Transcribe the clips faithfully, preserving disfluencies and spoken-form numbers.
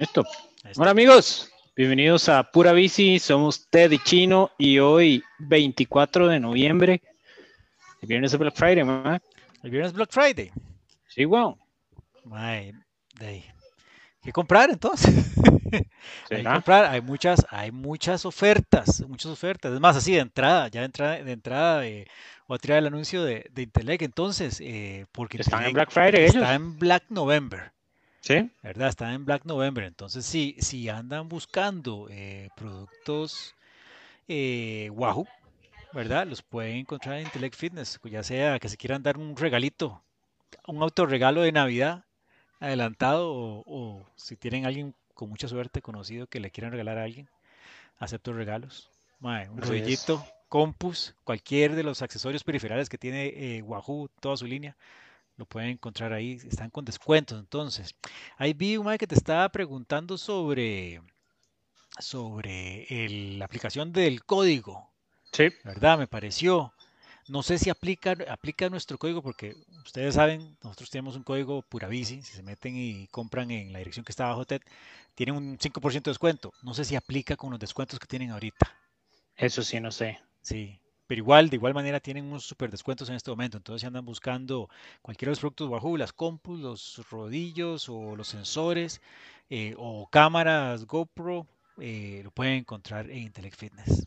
Listo. Hola amigos, bienvenidos a Pura Bici, somos Ted y Chino y hoy veinticuatro de noviembre, el viernes es Black Friday, ¿ma? El viernes Black Friday. Sí, wow. Mae, de, ¿qué comprar entonces? Hay que ¿Será? comprar, hay muchas, hay muchas ofertas, muchas ofertas. Es más, así de entrada, ya de entrada, de entrada eh, voy a tirar el anuncio de, de Intelec entonces, eh, porque ¿Están en Intelec Black Friday está ellos? en Black November, Sí. ¿verdad? Está en Black November. Entonces, si, si andan buscando eh, productos eh, Wahoo, ¿verdad? Los pueden encontrar en Intelec Fitness, ya sea que se quieran dar un regalito, un autorregalo de Navidad adelantado o, o si tienen alguien con mucha suerte conocido que le quieran regalar a alguien, acepto regalos. Mae, un Así es. rodillito, compus, cualquier de los accesorios periferales que tiene eh, Wahoo, toda su línea, lo pueden encontrar ahí, están con descuentos. Entonces, ahí vi un mae que te estaba preguntando sobre, sobre el- la aplicación del código, Sí. ¿verdad? Me pareció. No sé si aplica, aplica nuestro código porque ustedes saben, nosotros tenemos un código Purabici, si se meten y compran en la dirección que está abajo T E D, tienen un cinco por ciento de descuento. No sé si aplica con los descuentos que tienen ahorita. Eso sí, no sé. Sí, pero igual, de igual manera tienen unos super descuentos en este momento. Entonces si andan buscando cualquiera de los productos Wahoo, las compus, los rodillos o los sensores eh, o cámaras GoPro, eh, lo pueden encontrar en Intellect Fitness.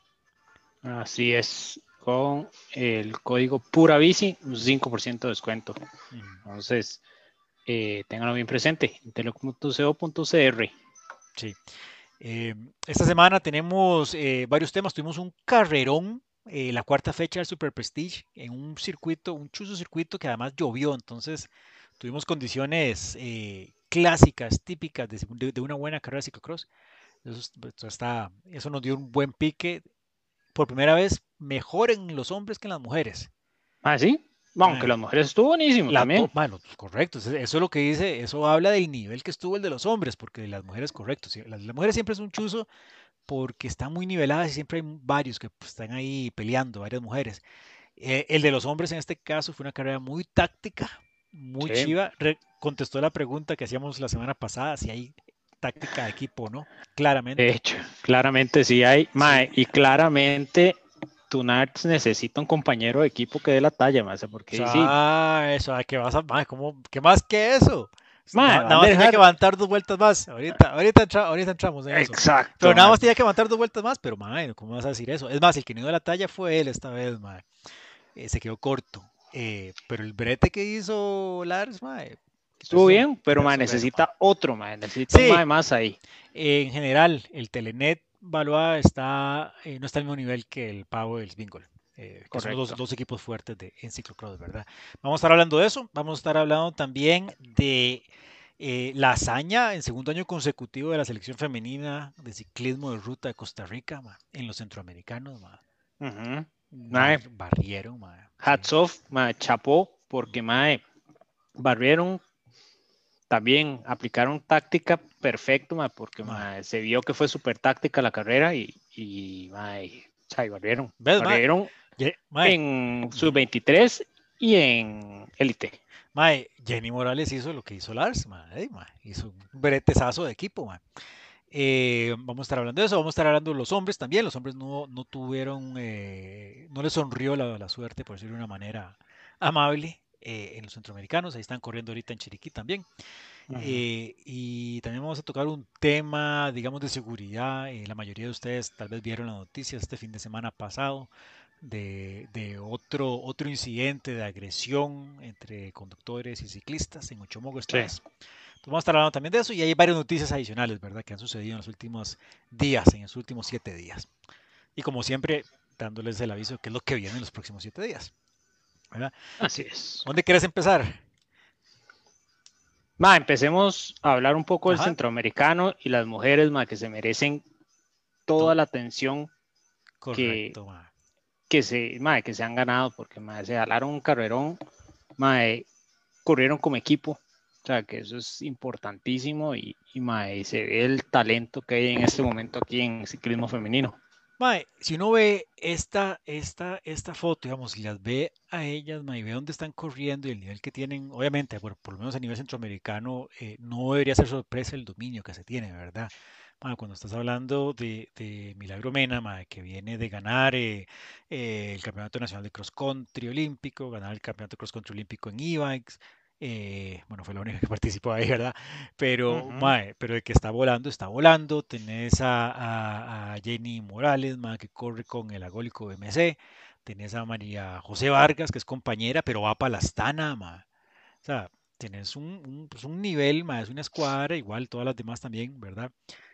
Así es. Con el código Pura Bici, un cinco por ciento de descuento. Mm, Entonces, eh, ténganlo bien presente. intelec punto co punto cr. sí. Eh, esta semana tenemos eh, varios temas. Tuvimos un carrerón, eh, la cuarta fecha del Super Prestige, en un circuito, un chuzo circuito que además llovió. Entonces tuvimos condiciones eh, clásicas, típicas de, de- de una buena carrera de ciclocross. Eso, es- eso está, eso nos dio un buen pique. Por primera vez, mejor en los hombres que en las mujeres. Ah, sí. Aunque Mae, las mujeres estuvo buenísimo la to- también. bueno, pues, correcto, eso eso es lo que dice, eso habla del nivel que estuvo el de los hombres, porque de las mujeres, correcto, sí, las, las mujeres siempre es un chuzo porque están muy niveladas y siempre hay varios que pues, están ahí peleando, varias mujeres. Eh, el de los hombres en este caso fue una carrera muy táctica, muy Sí. chiva. Re- contestó la pregunta que hacíamos la semana pasada, si hay táctica de equipo o no, claramente. De hecho, claramente sí hay, mae, Sí. y claramente Tunarts necesita un compañero de equipo que dé la talla, mae, O porque sí, sea, eso, ay, ¿qué vas a, mae, cómo- qué más que eso? mae, Nada, van nada a más tenía que dejar, aguantar dos vueltas más. Ahorita, ahorita, entra- ahorita entramos en eso. Pero exacto, nada mae, más tenía que aguantar dos vueltas más, pero mae, ¿cómo vas a decir eso? Es más, el que no dio la talla fue él esta vez, mae. Eh, se quedó corto. Eh, pero el brete que hizo Lars, mae, estuvo quitarse, som- bien, pero mae, quitarse sombrero, mae. necesita otro, mae, necesita un mae Sí, más ahí, en general, el Telenet Valois está, eh, no está al mismo nivel que el Pavo y el Sbingol, eh, que son los dos, correcto. dos equipos fuertes de, en ciclocross, ¿verdad? Vamos a estar hablando de eso. Vamos a estar hablando también de eh, la hazaña en segundo año consecutivo de la selección femenina de ciclismo de ruta de Costa Rica, ma, en los centroamericanos, ma. Ujú. Mae, Bar- barrieron, ma, sí. hats off, mae, chapó, porque mae, barrieron, también aplicaron táctica perfecto, mae, porque Ma. mae, se vio que fue súper táctica la carrera y, y mae, chai, barrieron, ¿Ves, ma? barrieron Ye- mae, en sub ujú. veintitrés y en élite. Mae, Jenny Morales hizo lo que hizo Lars, mae, mae, hizo un bretezazo de equipo, mae. Eh, vamos a estar hablando de eso, vamos a estar hablando de los hombres también. Los hombres no, no tuvieron, eh, no les sonrió la, la suerte, por decirlo de una manera amable, eh, en los centroamericanos. Ahí están corriendo ahorita en Chiriquí también. Ujú. Eh, y también vamos a tocar un tema, digamos, de seguridad. Eh, la mayoría de ustedes tal vez vieron las noticias este fin de semana pasado de, de otro, otro incidente de agresión entre conductores y ciclistas en Ochomogo esta Sí. vez. Entonces vamos a estar hablando también de eso y hay varias noticias adicionales, ¿verdad? Que han sucedido en los últimos días, en los últimos siete días. Y como siempre, dándoles el aviso de qué es lo que viene en los próximos siete días, ¿verdad? Así ¿Qué- es. ¿Dónde quieres empezar? Ma, empecemos a hablar un poco del Ajá, centroamericano y las mujeres, ma, que se merecen toda to- la atención que, correcto, ma. que, se, ma, que se han ganado, porque ma, se jalaron un carrerón, ma, eh, corrieron como equipo, o sea que eso es importantísimo y, y, ma, y se ve el talento que hay en este momento aquí en ciclismo femenino. Mae, si uno ve esta, esta, esta foto, digamos, y las ve a ellas, mae, y ve dónde están corriendo y el nivel que tienen, obviamente, por, por lo menos a nivel centroamericano, eh, no debería ser sorpresa el dominio que se tiene, ¿verdad? Mae, cuando estás hablando de, de Milagro Mena, mae, que viene de ganar eh, eh, el Campeonato Nacional de Cross Country Olímpico, ganar el Campeonato Cross Country Olímpico en e-bikes, eh, bueno, fue la única que participó ahí, ¿verdad? Pero, Ujú. mae, pero de que está volando, está volando. Tenés a, a- a Jenny Morales, mae, que corre con el agólico M C. Tenés a María José Vargas, que es compañera, pero va para la Astana, mae. O sea, tenés un, un, pues, un nivel, mae, es una escuadra, igual todas las demás también, ¿verdad?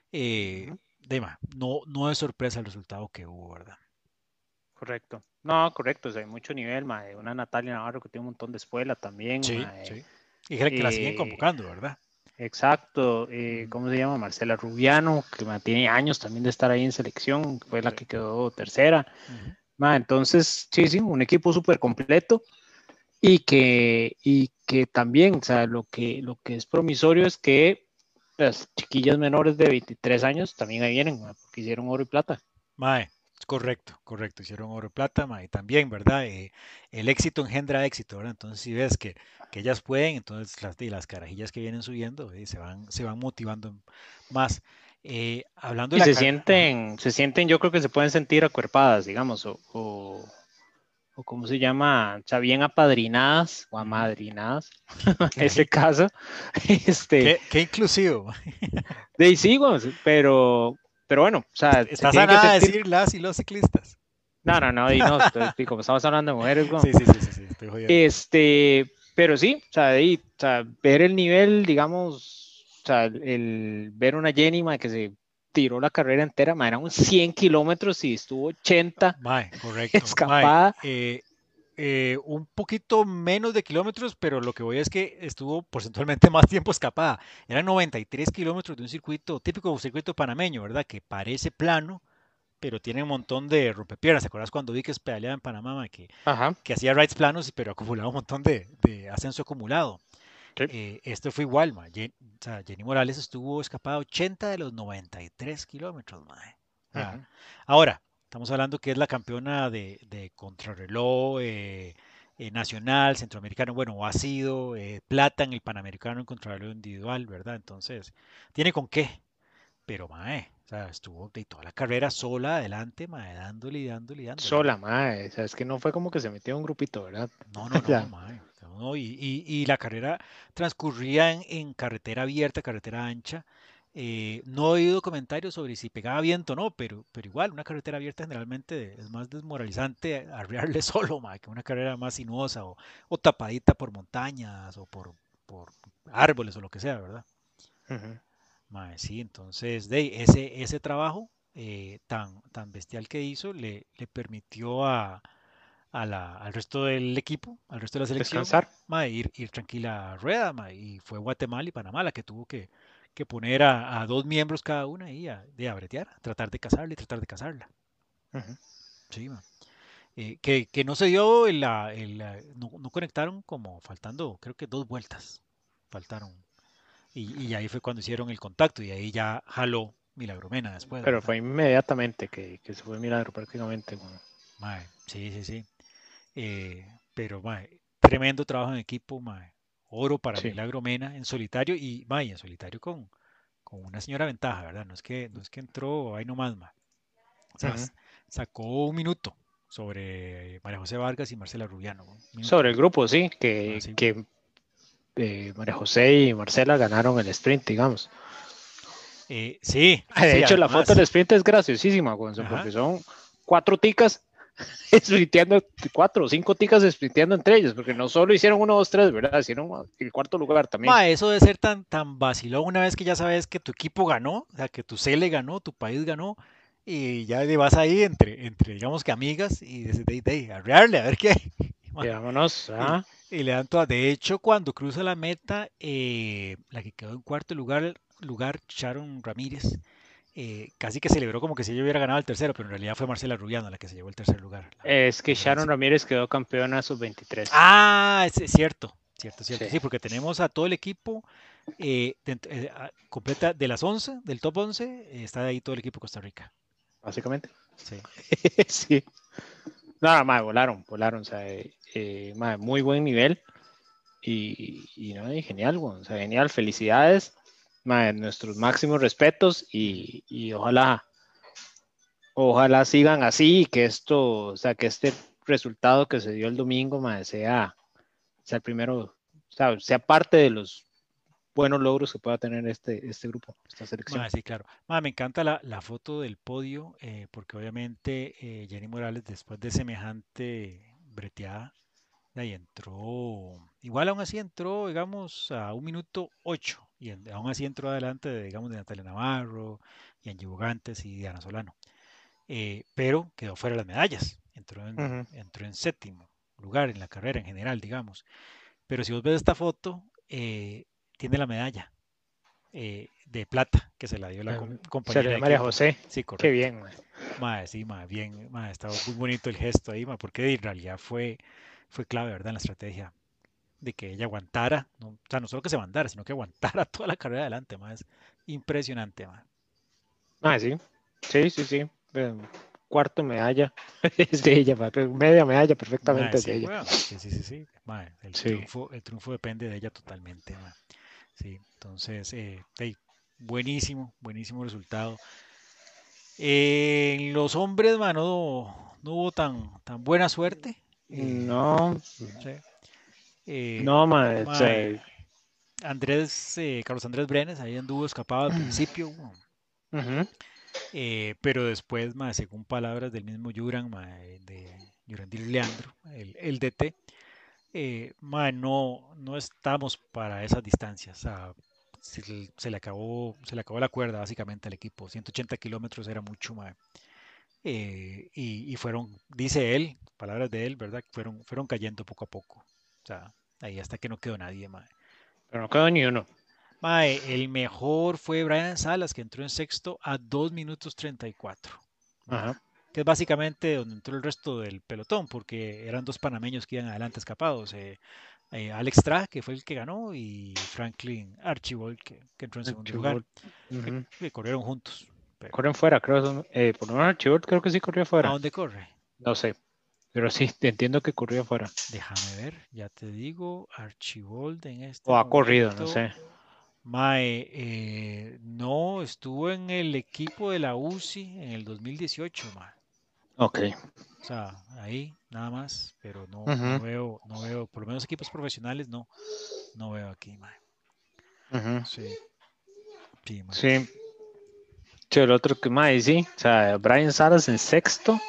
Eh, Ujú. de mae, no, no es sorpresa el resultado que hubo, ¿verdad? Correcto. No, correcto, o sea, hay mucho nivel, mae. Una Natalia Navarro que tiene un montón de escuela también, Sí, mae. sí. Y que que la siguen Eh, convocando, ¿verdad? exacto. Eh, Ujú. ¿cómo se llama? Marcela Rubiano, que mae, tiene años también de estar ahí en selección, fue la Sí. que quedó tercera. Ujú. Mae, entonces, sí, sí, un equipo súper completo y que, y que también, o sea, lo que, lo que es promisorio es que las chiquillas menores de veintitrés años también ahí vienen, mae, porque hicieron oro y plata. Mae, correcto, correcto. Hicieron oro y plata, mae, y también, ¿verdad? Eh, el éxito engendra éxito, ¿verdad? Entonces, si ves que, que ellas pueden, entonces las, y las carajillas que vienen subiendo, eh, se van, se van motivando más. Eh, hablando de Y la se car- ajá, sienten, se sienten, yo creo que se pueden sentir acuerpadas, digamos, o, o, o cómo se llama, o sea, bien apadrinadas o ujú, amadrinadas, en ese ey, caso, este, qué, qué inclusivo. mae. de ahí sí, bueno, pero, pero bueno, o Est- sea, se Estás a tienen que nada de sentir, decir las y los ciclistas. no, no, no, y no, estoy- y como estamos hablando de mujeres, bueno, Sí, sí, sí, sí, sí, estoy jodiendo. este, pero sí, o sea, de ahí, o sea, ver el nivel, digamos, o sea, el, el ver una Jenny, ma, que se tiró la carrera entera, ma, eran un cien kilómetros y estuvo ochenta Mae, correcto. Mae, escapada. eh, eh, un poquito menos de kilómetros, pero lo que voy es que estuvo porcentualmente más tiempo escapada. Eran noventa y tres kilómetros de un circuito, típico circuito panameño, ¿verdad? Que parece plano, pero tiene un montón de rompepiernas. ¿Te acuerdas cuando vi que pedaleaba en Panamá, mae, que, Ajá, que hacía rides planos, pero acumulaba un montón de, de ascenso acumulado? sí. Eh, esto fue igual, mae. Jen- o sea, Jenny Morales estuvo escapada ochenta de los noventa y tres kilómetros, mae. O sea, Ujú. ahora, estamos hablando que es la campeona de, de contrarreloj eh, eh, nacional, centroamericano, bueno, o ha sido eh, plata en el Panamericano en contrarreloj individual, ¿verdad? Entonces, tiene con qué, pero mae, o sea, estuvo de toda la carrera sola adelante, mae, dándole y dándole y dándole, Sola, mae. madre, o sea, es que no fue como que se metió en un grupito, ¿verdad? No, no, no, Ya. mae. No, no, y, y- y la carrera transcurría en, en carretera abierta, carretera ancha. Eh, no he oído comentarios sobre si pegaba viento o no, pero, pero igual, una carretera abierta generalmente es más desmoralizante arriarle solo, mae, que una carrera más sinuosa o, o tapadita por montañas o por, por árboles o lo que sea, ¿verdad? Ujú. Mae, sí, entonces, de ese, ese trabajo eh, tan, tan bestial que hizo le, le permitió a a la, al resto del equipo, al resto de la selección, Descansar. ma, ir, ir tranquila a rueda, ma, y fue Guatemala y Panamá la que tuvo que, que poner a, a dos miembros cada una y a, de a bretear, a tratar de cazarla y tratar de cazarla. Ujú. Sí, ma. Eh, que, que no se dio, en la, en la- no, no conectaron como faltando, creo que dos vueltas faltaron. Y, y ahí fue cuando hicieron el contacto y ahí ya jaló Milagromena después, Pero ¿verdad? fue inmediatamente que, que se fue milagro prácticamente. Bueno. Mae, sí, sí, sí. Eh, pero, mae, tremendo trabajo en equipo, mae. Oro para Sí. Milagro Mena en solitario y, mae, en solitario con, con una señora ventaja, ¿verdad? No es que, no es que entró ahí nomás, mae. O sea, Ujú. s- sacó un minuto sobre María José Vargas y Marcela Rubiano. Un Sobre minuto el grupo, sí, más, que, sí. que eh, María José y Marcela ganaron el sprint, digamos. Eh, sí, De sí, hecho, la foto del además. sprint es graciosísima, Gonzo, Ajá. porque son cuatro ticas sprinteando, cuatro o cinco ticas sprinteando entre ellos, porque no solo hicieron uno, dos, tres, ¿verdad? Hicieron el cuarto lugar también. Ma, eso debe ser tan, tan vacilón una vez que ya sabes que tu equipo ganó, o sea, que tu cele ganó, tu país ganó, y ya le vas ahí entre, entre digamos que amigas, y dices, de, de, arrearle, a ver qué hay. Y Ma, vámonos, Y, ah, y le dan todas. De hecho, cuando cruza la meta, eh, la que quedó en cuarto lugar, lugar Sharon Ramírez, eh, casi que celebró como que si ella hubiera ganado el tercero, pero en realidad fue Marcela Rubiano la que se llevó el tercer lugar, la, es que la Sharon bronce. Ramírez quedó campeona sub veintitrés. Ah, es, es cierto, cierto, Sí, cierto. Sí, porque tenemos a todo el equipo eh, dent- eh, a- completa de las once del top once, eh, está ahí todo el equipo de Costa Rica. básicamente. Sí. Sí. No, mae, volaron, volaron, o sea, eh, eh, mae, muy buen nivel y, y, no, y genial, güey, o sea, genial, felicidades, mae, nuestros máximos respetos y, y ojalá, ojalá sigan así y que esto, o sea, que este resultado que se dio el domingo, mae, sea, sea el primero, o sea, sea parte de los buenos logros que pueda tener este, este grupo, esta selección. Ma, sí, claro. Ma, me encanta la, la foto del podio, eh, porque obviamente eh, Jenny Morales, después de semejante breteada, de ahí entró, igual aún así entró, digamos, a un minuto ocho, y en- aún así entró adelante, de, digamos, de Natalia Navarro, y Angie Bugantes y Diana Solano. Eh, pero quedó fuera de las medallas, entró en, Ujú. entró en séptimo lugar en la carrera en general, digamos. Pero si vos ves esta foto, eh, tiene la medalla eh, de plata que se la dio la com- Eh, Se compañera le de dio María equipo. José, Sí, qué correcto. bien, mae. Mae, sí, mae, bien, mae, estaba muy bonito el gesto ahí, mae, porque en realidad fue, fue clave, ¿verdad? En la estrategia de que ella aguantara, no, o sea, no solo que se mandara, sino que aguantara toda la carrera adelante, mae, es impresionante, mae. Ah, sí, sí, sí, sí. Eh, Cuarto medalla es de ella, mae, pero media medalla Mae, perfectamente es de sí, ella. weón, es que sí, sí, sí, mae, el Sí. triunfo, el triunfo depende de ella totalmente, mae. Sí, entonces, eh, hey, buenísimo, buenísimo resultado. Eh, en los hombres, mae, no, no hubo tan, tan buena suerte. eh, No, sí. Eh, no, mae, mae, sí. Andrés, eh, Carlos Andrés Brenes, ahí anduvo escapado al principio, weón. Ujú. Eh, pero después, mae, según palabras del mismo Yuran, mae, de Yurandil Leandro, el, el D T, eh, mae, no, no estamos para esas distancias. O sea, se, le se le acabó, se le acabó la cuerda básicamente al equipo. ciento ochenta kilómetros era mucho, mae. Eh, y, y fueron, dice él, palabras de él, ¿verdad? Fueron, fueron cayendo poco a poco. O sea, ahí hasta que no quedó nadie, mae. Pero no quedó ni uno. Mae, el mejor fue Brian Salas, que entró en sexto a dos minutos treinta y cuatro, ¿verdad? Ajá. Que es básicamente donde entró el resto del pelotón, porque eran dos panameños que iban adelante escapados. eh, eh, Alex Tra, que fue el que ganó, y Franklin Archibald, que, que entró en segundo lugar, Archibald. que, Ujú. que corrieron juntos. Pero, Corren fuera, creo. Son- eh, por lo menos Archibald creo que sí corrió ¿a fuera. dónde corre? No sé, pero sí, te entiendo que corrió fuera. Déjame ver, ya te digo, Archibald en O este ha corrido, no momento. sé. Mae, eh, no, estuvo en el equipo de la U C I en el dos mil dieciocho, mae. Ok. O sea, ahí nada más, pero no, no Ujú, veo, no veo, por lo menos equipos profesionales no, no veo aquí, mae. ujú. Sí, sí, mae. Sí. Sí, el otro que más, sí. O sea, Brian Saras en sexto.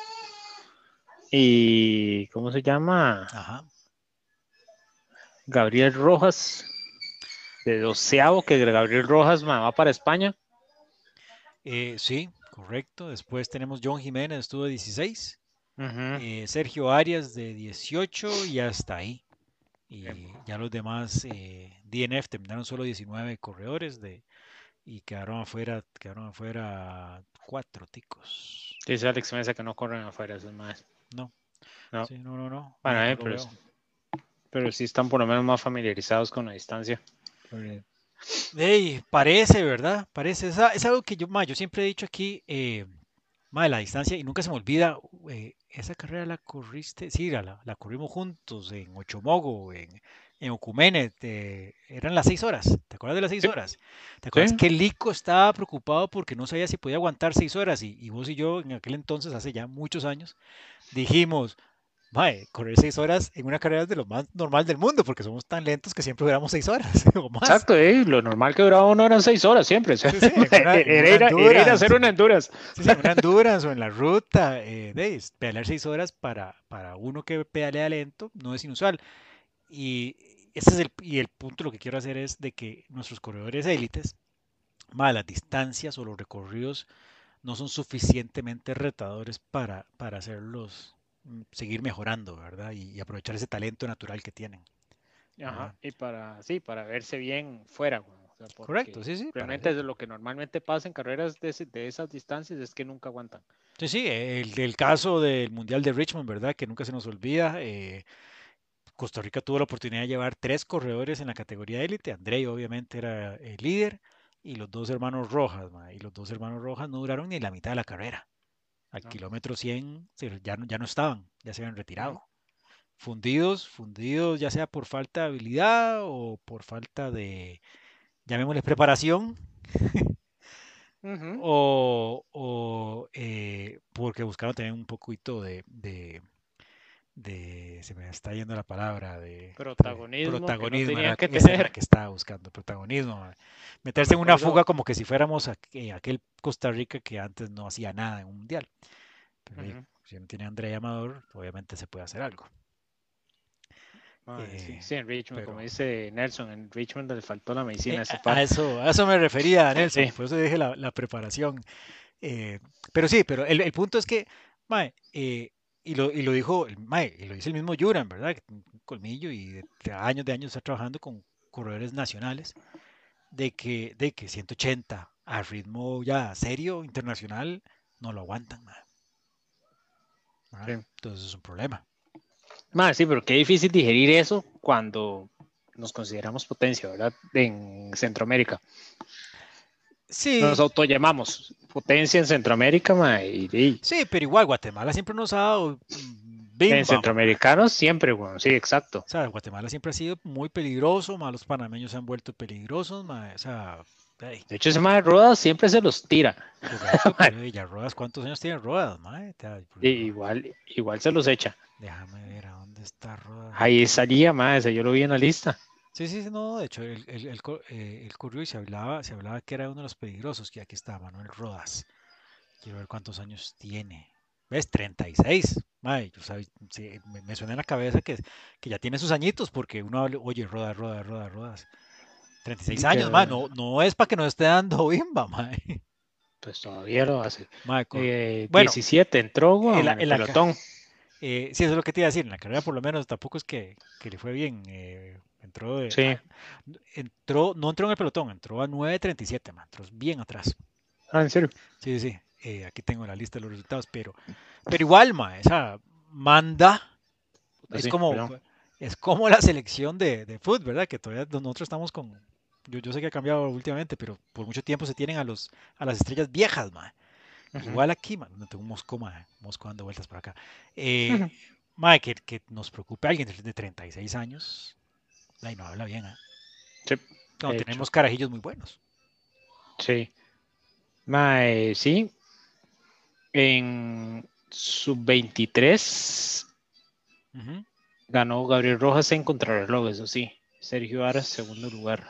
Y. ¿Cómo se llama? Ajá. Gabriel Rojas. De doceavo, que Gabriel Rojas ma, va para España. Eh, sí, correcto. Después tenemos John Jiménez, estuvo de dieciséis. Ujú. eh, Sergio Arias de dieciocho y hasta ahí. Eh, Y ya los demás eh, D N F terminaron solo diecinueve corredores de, y quedaron afuera, quedaron afuera cuatro ticos. Dice Alex Mesa que no corren afuera, esos más. No, No. sí, no, no, no, Bueno, no, no eh, lo pero, veo. pero sí están por lo menos más familiarizados con la distancia. Ey, parece, ¿verdad? Parece. Es, a- es algo que yo, ma, yo siempre he dicho aquí, eh, ma, de la distancia, y nunca se me olvida, eh, esa carrera la corriste, sí, la, la corrimos juntos en Ochomogo, en, en Ocumene, te- eran las seis horas. ¿Te acuerdas de las seis Sí, horas? ¿Te acuerdas sí. que Lico estaba preocupado porque no sabía si podía aguantar seis horas? Y, y vos y yo, en aquel entonces, hace ya muchos años, dijimos, mae, correr seis horas en una carrera es de lo más normal del mundo, porque somos tan lentos que siempre duramos seis horas o más. Exacto, eh, lo normal que duraba una hora eran seis horas siempre. O sea, Sí, sí, en una, en era, una ir a, era ir a hacer endurance. una Honduras. Sí, sí, en una endurance o en la ruta. Eh, de, pedalear seis horas para, para uno que pedalea lento no es inusual. Y ese es el, y el punto, lo que quiero hacer es de que nuestros corredores élites, más las distancias o los recorridos no son suficientemente retadores para, para hacerlos mm, seguir mejorando, ¿verdad? Y, y aprovechar ese talento natural que tienen, Ajá, ¿verdad? y para, sí, para verse bien fuera, güey, o sea, Correcto, porque sí, sí, para realmente sí. es lo que normalmente pasa en carreras de, ese- de esas distancias es que nunca aguantan. Sí, sí, el, el caso del Mundial de Richmond, ¿verdad? Que nunca se nos olvida. eh, Costa Rica tuvo la oportunidad de llevar tres corredores en la categoría élite. Andrei obviamente era el líder y los dos hermanos Rojas, ma, y los dos hermanos Rojas no duraron ni la mitad de la carrera. Al No. kilómetro cien se- ya no, ya no estaban, ya se habían Ujú, retirado. Fundidos, fundidos ya sea por falta de habilidad o por falta de, llamémosle preparación, ujú. o, o, eh, porque buscaron tener un poquito de, de, de- se me está yendo la palabra, de pre- Protagonismo que no protagonismo, tenían era, que esa era la tener. que estaba buscando, protagonismo, ma. No Meterse me en una fuga acuerdo. como que si fuéramos aqu- aquel Costa Rica que antes no hacía nada en un mundial. Pero oye, Ujú. si no tiene a Andrea Amador, obviamente se puede hacer algo. Mae, sí, Eh, sí, en Richmond, como pero dice Nelson, en Richmond le faltó la medicina eh, a ese a, a par. eso, a eso me refería, Nelson, Sí. por eso dije la, la preparación. Eh, pero sí, pero el, el punto es que, mae, eh, y, lo, y lo dijo, el, mae, y lo dice el mismo Yuran, ¿verdad? Que tiene un colmillo y de, de años de años está trabajando con corredores nacionales, de que, de que ciento ochenta a ritmo ya serio, internacional, no lo aguantan, mae, ¿verdad? Sí. Entonces es un problema. Mae, sí, pero qué difícil digerir eso cuando nos consideramos potencia, ¿verdad? En Centroamérica. Nos Sí, autollamamos potencia en Centroamérica, mae, y, y sí, pero igual Guatemala siempre nos ha dado mm, en bimba, mae. centroamericanos siempre, bueno, sí, exacto. O sea, Guatemala siempre ha sido muy peligroso, más los panameños se han vuelto peligrosos, mae. O sea, hey, De hecho, ese mae de Rodas siempre se los tira. correcto, pero ella, Rodas, ¿cuántos años tiene Rodas, mae? Te- Y igual, igual se los echa. Déjame ver a dónde está Rodas Ahí aquí. salía, mae, ese yo lo vi en la lista. Sí, sí, sí, no, de hecho, él, él- él co- eh, él corrió y se hablaba, se hablaba que era uno de los peligrosos, que aquí está Manuel Rodas. Quiero ver cuántos años tiene. ¿Ves? Treinta y seis. Mae, yo sabes, sí, me, me suena en la cabeza que, que ya tiene sus añitos, porque uno habla, oye, Rodas, Rodas, Rodas, Rodas. treinta y seis Y que, años, mae, no, no es para que nos esté dando bimba, mae. pues todavía lo hace. Mae, cor- Eh, bueno, diecisiete entró, en weón, la, en el en la ca- pelotón. eh, sí, eso es lo que te iba a decir. En la carrera, por lo menos, tampoco es que, que le fue bien. eh, entró, de, Sí. ah, entró, no entró en el pelotón, entró a nueve treinta y siete, man, entró bien atrás. Ah, en serio. Sí, sí, sí. eh, aquí tengo la lista de los resultados, pero, pero igual, mae, esa manda Puta, es sí, como, perdón. es como la selección de, de fútbol, ¿verdad? Que todavía nosotros estamos con. Yo, yo sé que ha cambiado últimamente, pero por mucho tiempo se tienen a los a las estrellas viejas, mae. Ujú. Igual aquí, man, no tengo un mosco, mae, mosco dando vueltas por acá. Eh, Ujú. mae, que, que nos preocupe alguien de, de treinta y seis años, ay, no habla bien, ¿ah? Sí, No, de hecho. tenemos carajillos muy buenos. Sí. Mae, sí. En sub veintitrés Ujú. ganó Gabriel Rojas en contrarreloj, eso sí. Sergio Aras, segundo lugar.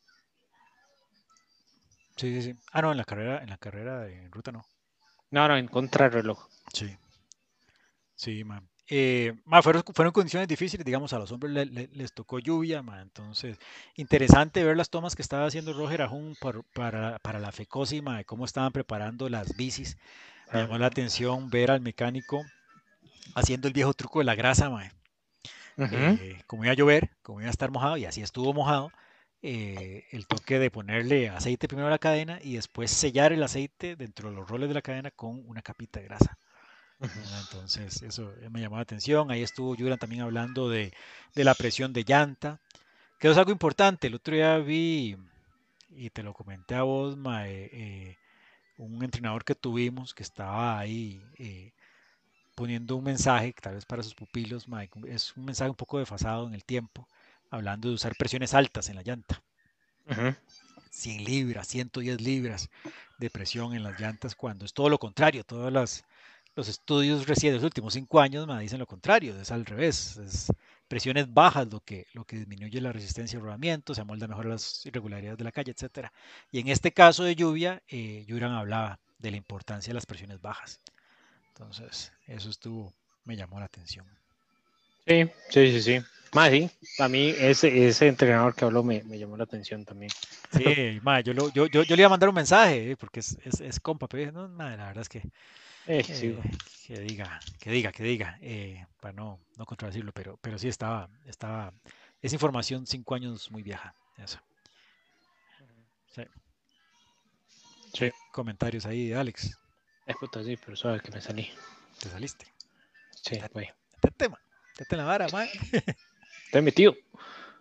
Sí, sí, sí. Ah, no, en la carrera, en la carrera de ruta no. No, no, en contrarreloj. Sí, sí, man. Eh, ma, fueron, fueron condiciones difíciles, digamos, a los hombres le- le- les tocó lluvia, ma, entonces, interesante ver las tomas que estaba haciendo Roger Ajun para, para, para la FECOSI, ma, de cómo estaban preparando las bicis. Me llamó la Ajá. atención ver al mecánico haciendo el viejo truco de la grasa, ma. Ujú. Eh, como iba a llover, como iba a estar mojado, y así estuvo mojado, eh, el toque de ponerle aceite primero a la cadena y después sellar el aceite dentro de los roles de la cadena con una capita de grasa. ¿Verdad? Ujú. Entonces, eso eh, me llamó la atención. Ahí estuvo Juran también hablando de, de la presión de llanta, que es algo importante. El otro día vi, y te lo comenté a vos, mae, eh, un entrenador que tuvimos que estaba ahí eh, poniendo un mensaje, tal vez para sus pupilos, mae, es un mensaje un poco desfasado en el tiempo, hablando de usar presiones altas en la llanta. Ujú. cien libras, ciento diez libras de presión en las llantas, cuando es todo lo contrario. Todos los, los estudios recientes de los últimos cinco años me dicen lo contrario, es al revés. Es presiones bajas lo que, lo que disminuye la resistencia al rodamiento, se amolda mejor a las irregularidades de la calle, etcétera. Y en este caso de lluvia, eh, Yuran hablaba de la importancia de las presiones bajas. Entonces, eso estuvo, me llamó la atención. Sí, sí, sí, sí. Más sí, a mí ese, ese entrenador que habló me, me llamó la atención también. Sí, ma, yo, lo, yo, yo, yo le iba a mandar un mensaje, eh, porque es, es, es compa, pero dije, no, ma, la verdad es que Eh, eh, sigo. que diga, que diga, que diga, eh, para no, no contradecirlo, pero, pero sí estaba, estaba, es información cinco años muy vieja, eso. Sí. Sí, ¿Qué comentarios ahí de Alex? es puta, sí, pero suave que me salí. ¿Te saliste? Sí, Métete güey. métete, ma, métete en la vara, ma. Estoy metido.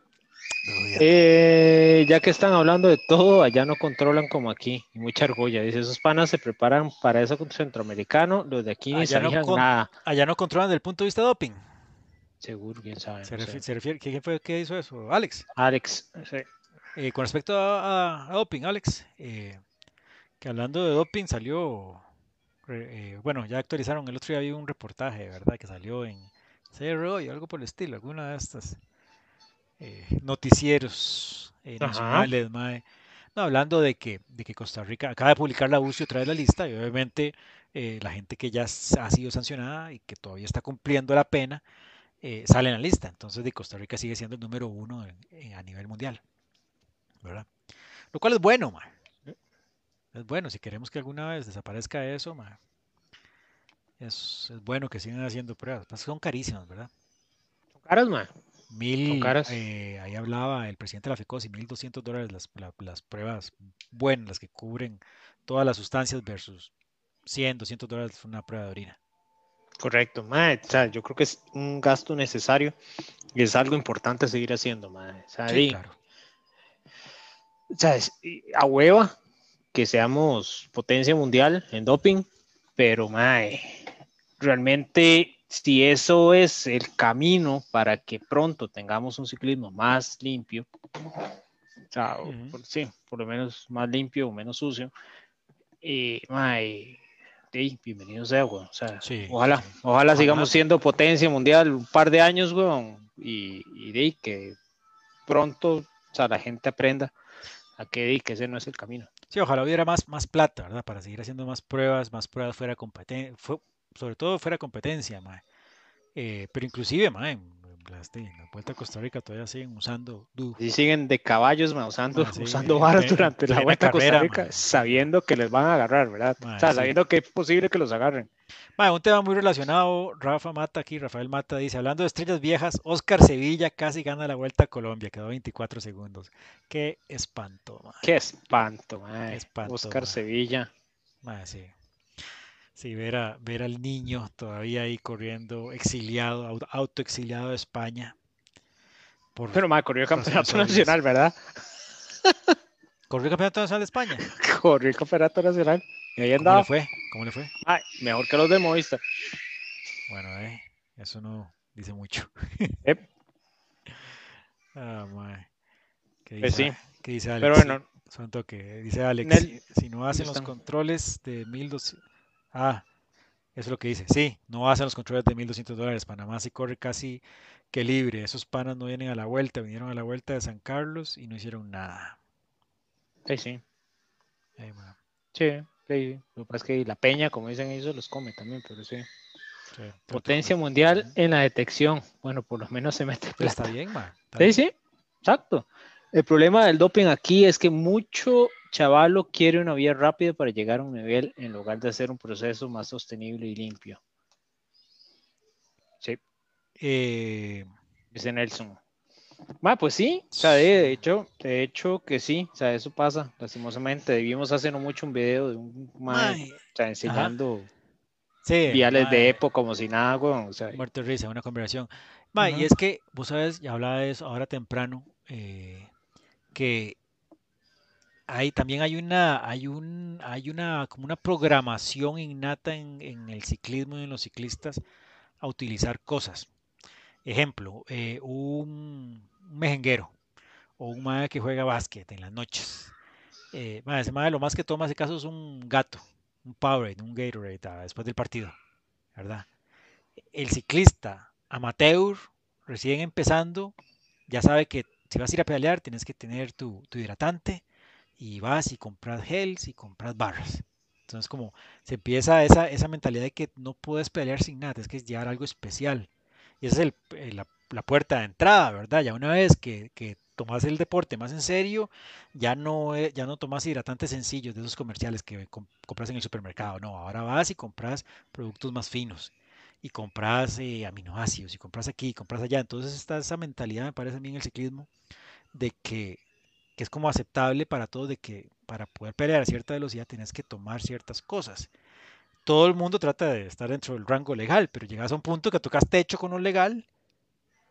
Jodiendo. Eh, ya que están hablando de todo, allá no controlan como aquí. Y mucha argolla. Dice, esos panas se preparan para eso con centroamericano. Los de aquí ni Allá no, sabían con, nada. allá no controlan desde el punto de vista de doping. Seguro, quién sabe, Se no refiere, sé. se refiere ¿quién fue que hizo eso? Alex. Alex, sí. Eh, con respecto a, a- a doping, Alex, eh, que hablando de doping salió, re- eh, bueno, ya actualizaron, el otro día vi un reportaje, ¿verdad? Que salió en C R O y algo por el estilo, alguna de estas eh, noticieros eh, Ajá. nacionales, mae. No, hablando de que, de que Costa Rica acaba de publicar la U C I otra vez la lista y obviamente eh, la gente que ya s- ha sido sancionada y que todavía está cumpliendo la pena eh, sale en la lista. Entonces, de Costa Rica sigue siendo el número uno en- en- a nivel mundial, ¿verdad? Lo cual es bueno, mae. Es bueno, si queremos que alguna vez desaparezca eso, mae, es, es bueno que sigan haciendo pruebas. Pasa que son carísimas, ¿verdad? Son caras, man. Son Mil, caras. eh, ahí hablaba el presidente de la FECOSI, mil doscientos dólares las, la- las pruebas buenas, las que cubren todas las sustancias versus cien, doscientos dólares una prueba de orina. Correcto, man. O sea, yo creo que es un gasto necesario y es algo importante seguir haciendo, man. O sea, Sí, di- claro. o sea, es- y a hueva que seamos potencia mundial en doping, pero, man, realmente si eso es el camino para que pronto tengamos un ciclismo más limpio, o sea, o Ujú. por, sí, por lo menos más limpio o menos sucio, y, mae, sí, bienvenido sea, weón. O sea, Sí, ojalá, sí. ojalá Ojalá, sigamos ma. siendo potencia mundial un par de años, weón, y, y de ahí que pronto, o sea, la gente aprenda a que, de ahí que ese no es el camino. Sí, ojalá hubiera más, más plata, ¿verdad? Para seguir haciendo más pruebas, más pruebas fuera competencia, sobre todo fuera competencia, ma. Eh, pero inclusive, ma, en, en las, de- en la Vuelta a Costa Rica todavía siguen usando, du, Si siguen de caballos, ma, usando, ma, sí, usando en, varas ple- en durante la plena vuelta a Costa carrera, ma, Rica, sí, ma, sabiendo que les van a agarrar, ¿verdad? O ma, sea, sí. sabiendo que es posible que los agarren. Ma, un tema muy relacionado, Rafa Mata aquí, Rafael Mata dice, hablando de estrellas viejas, Oscar Sevilla casi gana la Vuelta a Colombia, quedó veinticuatro segundos. Qué espanto, ma, Qué espanto, qué ma. espanto, Oscar ma, Sevilla. ma, sí. Sí, ver, a, ver al niño todavía ahí corriendo, exiliado, au- autoexiliado de España por Pero, ma, corrió el razones campeonato obvias. nacional, ¿verdad? ¿Corrió el Campeonato Nacional de España? Corrió el campeonato nacional. Y ahí ¿Cómo le andaba. fue? ¿Cómo le fue? Ay, mejor que los de Movistar. Bueno, eh, eso no dice mucho. Eh, Ah, mae. ¿Qué pues dice, sí. qué dice Pero Alex? Sí, bueno, son toque. Dice Alex, Nel, si, si no ¿dónde hacen los están? controles de mil doscientos... Ah, eso es lo que dice. Sí, no hacen los controles de mil doscientos dólares. Panamá sí corre casi que libre. Esos panas no vienen a la vuelta. Vinieron a la vuelta de San Carlos y no hicieron nada. Sí, sí. Ay, mae, Sí, sí. Lo que pasa es que la peña, como dicen ellos, los come también, pero sí. sí, trata de Potencia comer. mundial Ujú. en la detección. Bueno, por lo menos se mete Pues está plata. bien, mae, está Sí, bien. sí, exacto. El problema del doping aquí es que mucho chavalo quiere una vía rápida para llegar a un nivel en lugar de hacer un proceso más sostenible y limpio. Sí, Eh, dice Nelson. Ma, pues sí, o sea, de, sí, de hecho, de hecho que sí, o sea, eso pasa, lastimosamente. Vimos hace no mucho un video de un mae, o mae. sea, Ajá. enseñando Sí, viales de mae. Epo como si nada, weón, o sea, Muerte de risa, una conversación. Ma, y ujú. es que, vos sabes, ya hablaba de eso ahora temprano, eh, que hay, también hay una, hay un, hay una, como una programación innata en, en el ciclismo y en los ciclistas a utilizar cosas. Ejemplo, eh, un, un mejenguero o un mae que juega básquet en las noches. Eh, ma, ese mae lo más que toma ese caso es un gato, un Powerade, un Gatorade ah, después del partido, ¿verdad? El ciclista amateur, recién empezando, ya sabe que si vas a ir a pedalear, tienes que tener tu, tu hidratante y vas y compras gels y compras barras. Entonces, como se empieza esa, esa mentalidad de que no puedes pedalear sin nada, tienes que llevar algo especial. Y esa es el, el- la, la puerta de entrada, ¿verdad? Ya una vez que, que tomas el deporte más en serio, ya no, eh, ya no tomas hidratantes sencillos de esos comerciales que com- compras en el supermercado. No, ahora vas y compras productos más finos y compras eh, aminoácidos y compras aquí y compras allá. Entonces está esa mentalidad, me parece a mí en el ciclismo, de que, que es como aceptable para todos, de que para poder pelear a cierta velocidad tienes que tomar ciertas cosas. Todo el mundo trata de estar dentro del rango legal, pero llegas a un punto que tocas techo con lo legal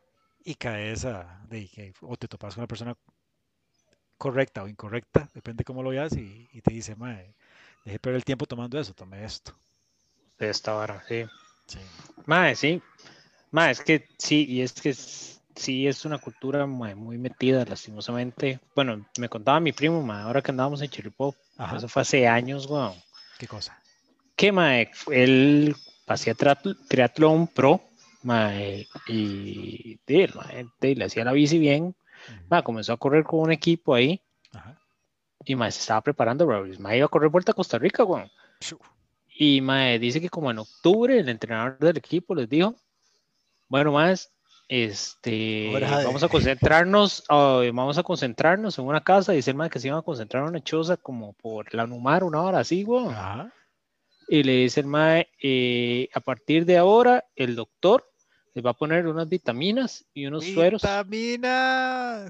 y caes a, de, que- o te topas con una persona correcta o incorrecta, depende cómo lo veas, y, y te dice, mae, dejé perder el tiempo tomando eso, tomé esto. De esta vara, sí. Sí. Mae, sí. Mae, es que sí, y es que es- sí es una cultura mae, muy metida, lastimosamente. Bueno, me contaba mi primo, mae, ahora que andábamos en Chiripó, Ajá, eso fue hace años, weón. ¿qué cosa? Que mae, él hacía triatl- triatlón pro, mae, y de, él, mae, de, le hacía la bici bien. Ujú. Mae, comenzó a correr con un equipo ahí Ajá. y mae, se estaba preparando, bro. Mae, iba a correr vuelta a Costa Rica, weón. Pshu. Y mae, dice que como en octubre el entrenador del equipo les dijo, bueno, más, este, Hora vamos a de... concentrarnos, ah, vamos a concentrarnos en una casa. Dice el mae que se iban a concentrar en una choza como por la Numar, una hora así, weón. Ajá. Y le dice el mae, eh, a partir de ahora, el doctor les va a poner unas vitaminas y unos sueros. Vitaminas.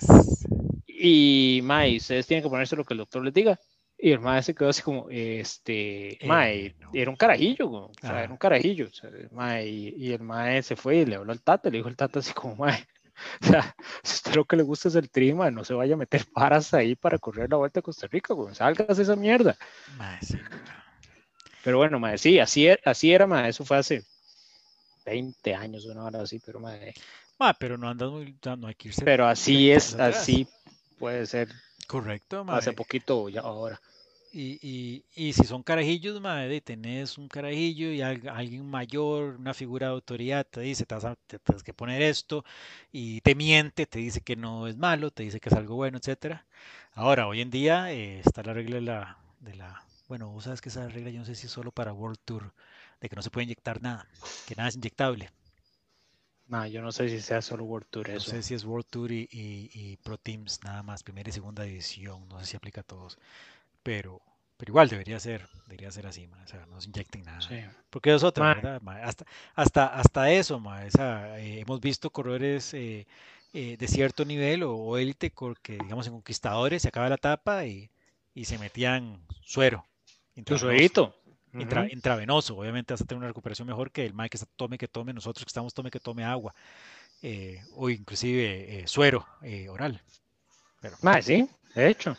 Y mae, ustedes tienen que ponerse lo que el doctor les diga. Y el mae se quedó así como, este, mae, Eh, no. era un carajillo, weón. O sea, era un Ajá. carajillo. O sea, el mae, y, y el mae se fue y le habló al tata, le dijo el tata así como, mae, o sea, si usted lo que le gusta es el tri, mae, no se vaya a meter paras ahí para correr la vuelta a Costa Rica, weón, salgas de esa mierda. Mae, sí, no, no. Pero bueno, mae, sí, así, era, así era, mae, eso fue hace veinte años, una hora así, pero mae, Mae, pero no andas muy, no, no hay que irse pero así veinte años es, atrás. así puede ser Correcto, hace mae. poquito o ya ahora. Y, y, y si son carajillos, mae, de tenés un carajillo y al- alguien mayor, una figura de autoridad, te dice, te, vas a- te tienes que poner esto, y te miente, te dice que no es malo, te dice que es algo bueno, etcétera. Ahora, hoy en día eh, está la regla de la, de la, bueno, vos sabes que esa regla yo no sé si es solo para World Tour, de que no se puede inyectar nada, que nada es inyectable. Mae, yo no sé si sea solo World Tour No eso. sé si es World Tour y, y- y Pro Teams nada más, primera y segunda división, no sé si aplica a todos. pero, pero igual debería ser, debería ser así, ma, o sea, no se inyecten Sí. nada. Porque es otra, Mae, ¿verdad? Ma? Hasta, hasta, hasta eso, ma, esa, eh, hemos visto corredores eh, eh, de cierto nivel o, o élite que, digamos, en conquistadores se acaba la etapa y, y se metían suero tu intravenoso. suerito. Intra, Ujú. intravenoso, obviamente vas a tener una recuperación mejor que el mae que está tome que tome, nosotros que estamos tome que tome agua, eh, o inclusive eh, suero eh, oral. Pero, Mae, sí, de hecho.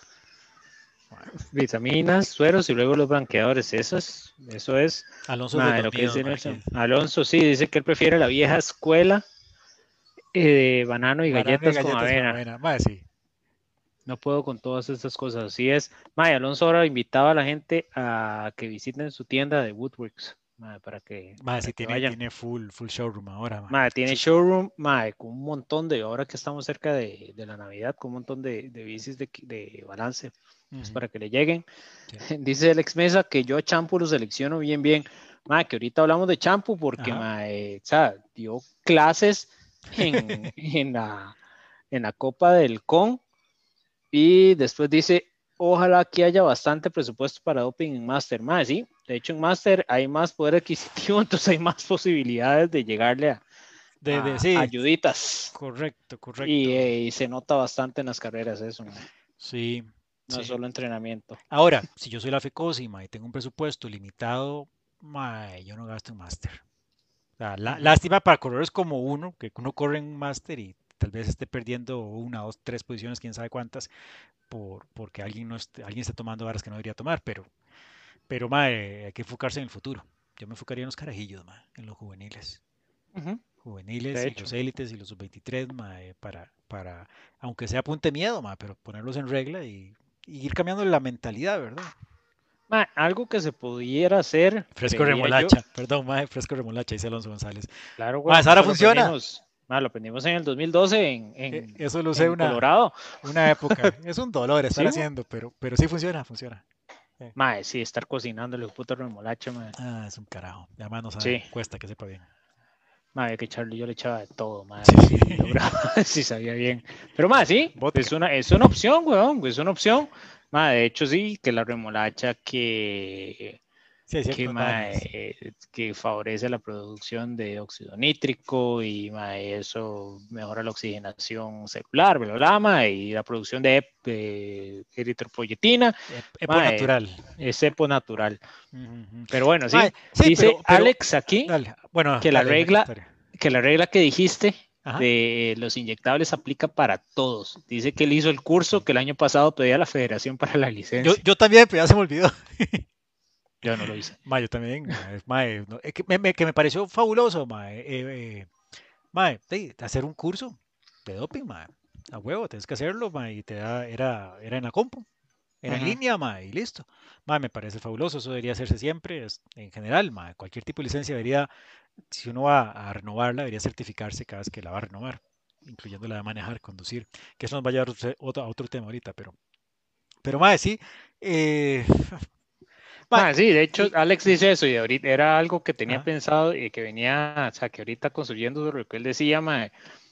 bueno, Vitaminas, sueros y luego los blanqueadores. Eso es, eso es, Alonso es de mae, los lo que míos, dice mae, que Nelson. Alonso sí, dice que él prefiere la vieja escuela eh, de banano y banano y galletas con galletas con avena. avena, mae, sí. No puedo con todas estas cosas. Así es. Mae, Alonso ahora invitaba a la gente a que visiten su tienda de Woodworks, mae, para que, Mae, para sí, que tiene, vayan. tiene full, full showroom ahora, mae. Mae, tiene Chuzo. showroom, mae, con un montón de, ahora que estamos cerca de, de la Navidad, con un montón de, de bicis de, de balance, pues Ujú, para que le lleguen. sí. Dice Alex Mesa que yo a Champu lo selecciono bien, bien. Mae, que ahorita hablamos de Champu porque, Ajá. mae, o sea, dio clases en, en, la, en la Copa del Con y después dice, ojalá que haya bastante presupuesto para doping en Master. Mae, sí, de hecho en Master hay más poder adquisitivo, entonces hay más posibilidades de llegarle a, De, de, a sí, ayuditas. correcto, Y, correcto. eh, y se nota bastante en las carreras eso, mae. Sí, No es sí. solo entrenamiento. Ahora, si yo soy la FECOSI, y tengo un presupuesto limitado, mae, yo no gasto en máster. O sea, lá- Ujú. lástima para corredores como uno, que uno corre en máster y tal vez esté perdiendo una, dos, tres posiciones, quién sabe cuántas, por, porque alguien no esté, alguien está tomando varas que no debería tomar, pero, pero mae, hay que enfocarse en el futuro. Yo me enfocaría en los carajillos, mae, en los juveniles. Ujú. Juveniles De y los hecho. élites y los sub veintitrés, mae, para, para, aunque sea apunte miedo, mae, pero ponerlos en regla y, y ir cambiando la mentalidad, ¿verdad? Ma, algo que se pudiera hacer, Fresco creería yo, remolacha, perdón, mae, fresco remolacha, dice Alonso González. claro, Mae, weón, esa ahora eso lo funciona. aprendimos, ma, lo aprendimos en el dos mil doce en, E- en, Eso lo usé en una, Colorado. una época. Es un dolor estar Sí, weón. haciendo, pero, pero sí funciona, funciona. Sí. Ma, sí, estar cocinando el puto remolacha, ma. Ah, es un carajo. Y además no sabe, Sí, cuesta que sepa bien. ma, que Charlie yo le echaba de todo, ma, a Sí. ver si lograba, si sabía bien. Pero, ma, sí, es Vodka. una, es una opción, weón, es una opción. Ma, de hecho, sí, que la remolacha que Sí, hay que, ciertas vainas. mae, que favorece la producción de óxido nítrico y mae, eso mejora la oxigenación celular, bla, bla, bla, mae, y la producción de, de eritropoyetina, Ep- Epo mae, natural. es epo natural. Ujú, ujú. Pero bueno, Mae, sí, sí, dice pero, pero, Alex aquí dale. Bueno, que la dale, la regla, historia. que la regla que dijiste Ajá. de los inyectables aplica para todos. Dice que él hizo el curso Sí. que el año pasado pedía a la federación para la Yo, licencia. yo también, pero ya se me olvidó. Yo no lo hice. Ma, yo también, ma, es- ma, eh, no, es que me, me- que me pareció fabuloso, ma, eh, eh, ma, de- de hacer un curso de doping, ma, a huevo, tienes que hacerlo, ma, y te da, era, era en la compu, era en Ujú. línea, ma, y listo. Ma, me parece fabuloso, eso debería hacerse siempre, es- en general, ma, cualquier tipo de licencia debería, si uno va a renovarla, debería certificarse cada vez que la va a renovar, incluyendo la de manejar, conducir, que eso nos va a llevar a otro, a otro tema ahorita, pero, pero, ma, sí, eh, ma, Ma, sí, de hecho, y, Alex ujú, dice eso y ahorita era algo que tenía ajá, pensado y que venía, o sea, que ahorita construyendo sobre lo que él decía, ma,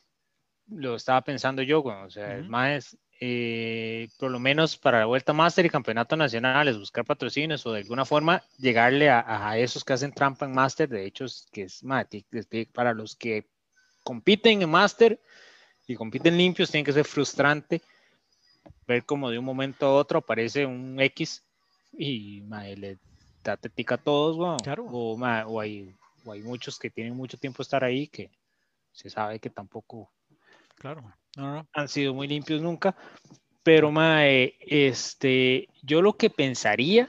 lo estaba pensando yo, güey, o sea, es ujú, más, eh, por lo menos para la Vuelta Máster y Campeonato Nacionales, buscar patrocinios o de alguna forma llegarle a, a esos que hacen trampa en Máster, de hecho, es, que es, ma, que- que para los que compiten en Máster y compiten limpios, tiene que ser frustrante ver como de un momento a otro aparece un X y ma, le da tetica a todos, güey, claro, o, ma, o, hay, o hay muchos que tienen mucho tiempo estar ahí que se sabe que tampoco claro, ma, no, no, no, han sido muy limpios nunca. Pero, exacto. mae, este, yo lo que pensaría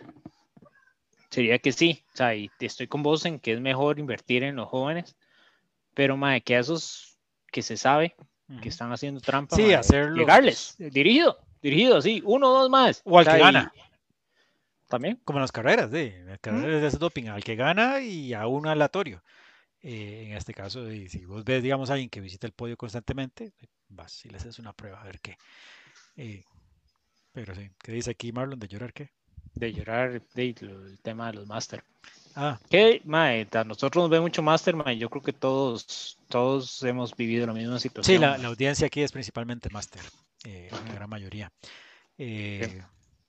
sería que sí, o sea, y estoy con vos en que es mejor invertir en los jóvenes, pero, mae, que a esos que se sabe que Ujú. están haciendo trampa, Sí, mae, hacerlos, llegarles, eh, dirigido, dirigido, así, uno o dos más, o o al que sea, y gana, también, como en las carreras, de, en las ¿Mm? carreras de doping, al que gana y a un aleatorio. Eh, en este caso, y si vos ves, digamos, a alguien que visita el podio constantemente, vas y le haces una prueba a ver qué. Eh, pero sí, ¿qué dice aquí Marlon de llorar qué? De llorar de, lo- el tema de los máster. Ah, Que, mae, a nosotros nos ve mucho máster, mae, yo creo que todos, todos hemos vivido la misma sí, situación, la, mae. la audiencia aquí es principalmente máster, eh, la gran mayoría. Sí. Eh,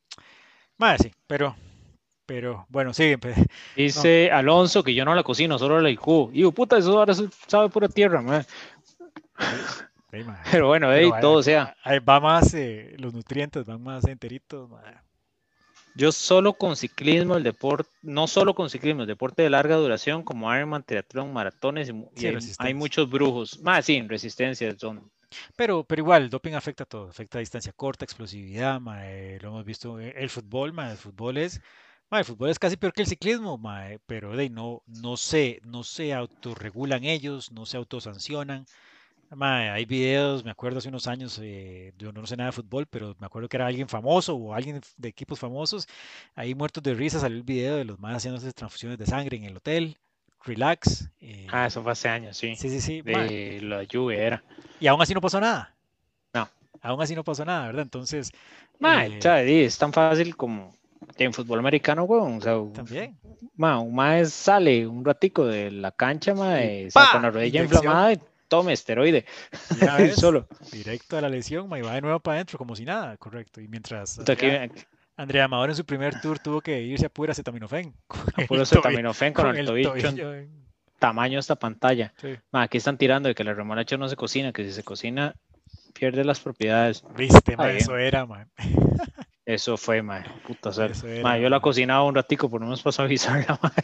más sí, pero, pero bueno, sí, empe- no, Dice Alonso que yo no la cocino, solo la licúo. Y digo, puta, eso ahora sabe pura tierra, man. sí, sí, ma, Pero bueno, pero hey, ahí- todo sea. ahí va más, eh, los nutrientes van más enteritos, ma. Yo solo con ciclismo, el deporte, no solo con ciclismo, el deporte de larga duración como Ironman, triatlón, maratones y, y Sí, hay, hay, resistencia. muchos brujos. Más sí, en resistencia son. Pero, pero igual, el doping afecta a todo, afecta a distancia corta, explosividad, ma, eh, lo hemos visto, eh, el fútbol, ma, el fútbol es, ma, el fútbol es casi peor que el ciclismo, ma, eh, pero de, ahí no, no se, no se autorregulan ellos, no se autosancionan. Ma, hay videos, me acuerdo hace unos años, eh, yo no sé nada de fútbol, pero me acuerdo que era alguien famoso o alguien de equipos famosos, ahí muertos de risa salió el video de los más haciéndose transfusiones de sangre en el hotel, relax, Ah, eh, eso fue hace años, sí. sí, sí, sí, ma, De la lluvia era. y aún así no pasó nada. No. Aún así no pasó nada, ¿verdad? Entonces, Ma, eh, ya, di, es tan fácil como que en fútbol americano, weón. O sea, también. ma, un mae sale un ratico de la cancha, ma, Y eh, o sea, con ¡pa! la rodilla Inyección. inflamada y tome esteroide. Y una Y vez, solo. directo a la lesión, ma, y va de nuevo para adentro, como si nada, correcto. Y mientras Puta, aquí, Andrea, Andrea Amador en su primer tour tuvo que irse a pura acetaminofén, con a el puro tobillo, acetaminofén con con el el tobillo en tobillo. en- tamaño de esta pantalla. Sí. Ma, aquí están tirando de que la remolacha no se cocina, que si se cocina pierde las propiedades. Viste, Está ma, eso bien. era, ma. Eso fue, ma. Puta sal. Eso Ma, era, yo la ma. cocinaba un ratico, por no nos pasó a avisarla, ma.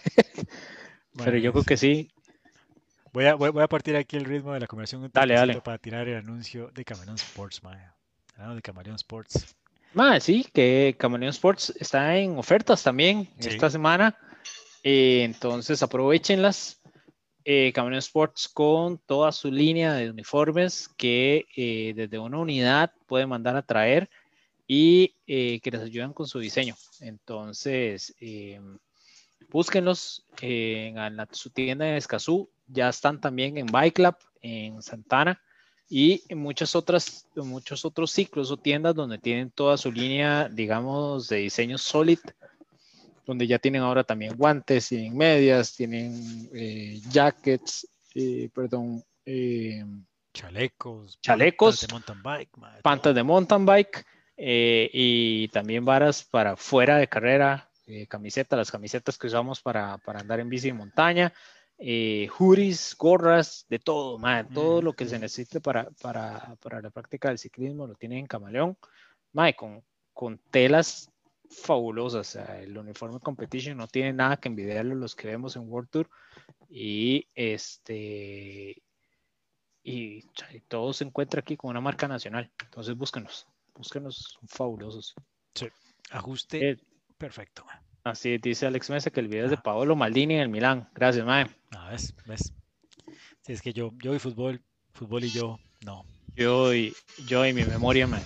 Ma, Pero yo creo es- que sí. Voy a, voy, voy a partir aquí el ritmo de la conversación un Dale, dale. toquecito para tirar el anuncio de Cameron Sports, ma. Hablando de Cameron Sports. Ma, sí, que Camaleón Sports está en ofertas también Sí. esta semana. Eh, entonces aprovechenlas. Eh, Camaleón Sports con toda su línea de uniformes que eh, desde una unidad puede mandar a traer y eh, que les ayudan con su diseño. Entonces, eh, búsquenlos eh, en la, su tienda en Escazú. Ya están también en Bike Lab, en Santana y en muchas otras, en muchos otros ciclos o tiendas donde tienen toda su línea, digamos, de diseño solid, donde ya tienen ahora también guantes, tienen medias, tienen eh, jackets, eh, perdón, eh, Chalecos, pantas de chalecos, mountain bike, ma, de pantas todo. de mountain bike eh, y también varas para fuera de carrera, eh, camisetas, las camisetas que usamos para, para andar en bici de montaña, eh, hoodies, gorras, de todo, man, todo Ujú, lo que se ujú. necesite para, para, para la práctica del ciclismo lo tienen en Camaleón, man, con, con telas fabulosas, o sea, el uniforme competition no tiene nada que envidiarle a los que vemos en World Tour y este y, y todo se encuentra aquí con una marca nacional. Entonces búsquenos, búsquenos, son fabulosos. Sí, ajuste Eh, perfecto, mae. Así dice Alex Mesa que el video es de Ajá. Paolo Maldini en el Milán. Gracias, mae. Ah, ves, ves. Si es que yo, yo y fútbol, fútbol y yo, no. Yo y, yo y mi memoria, mae.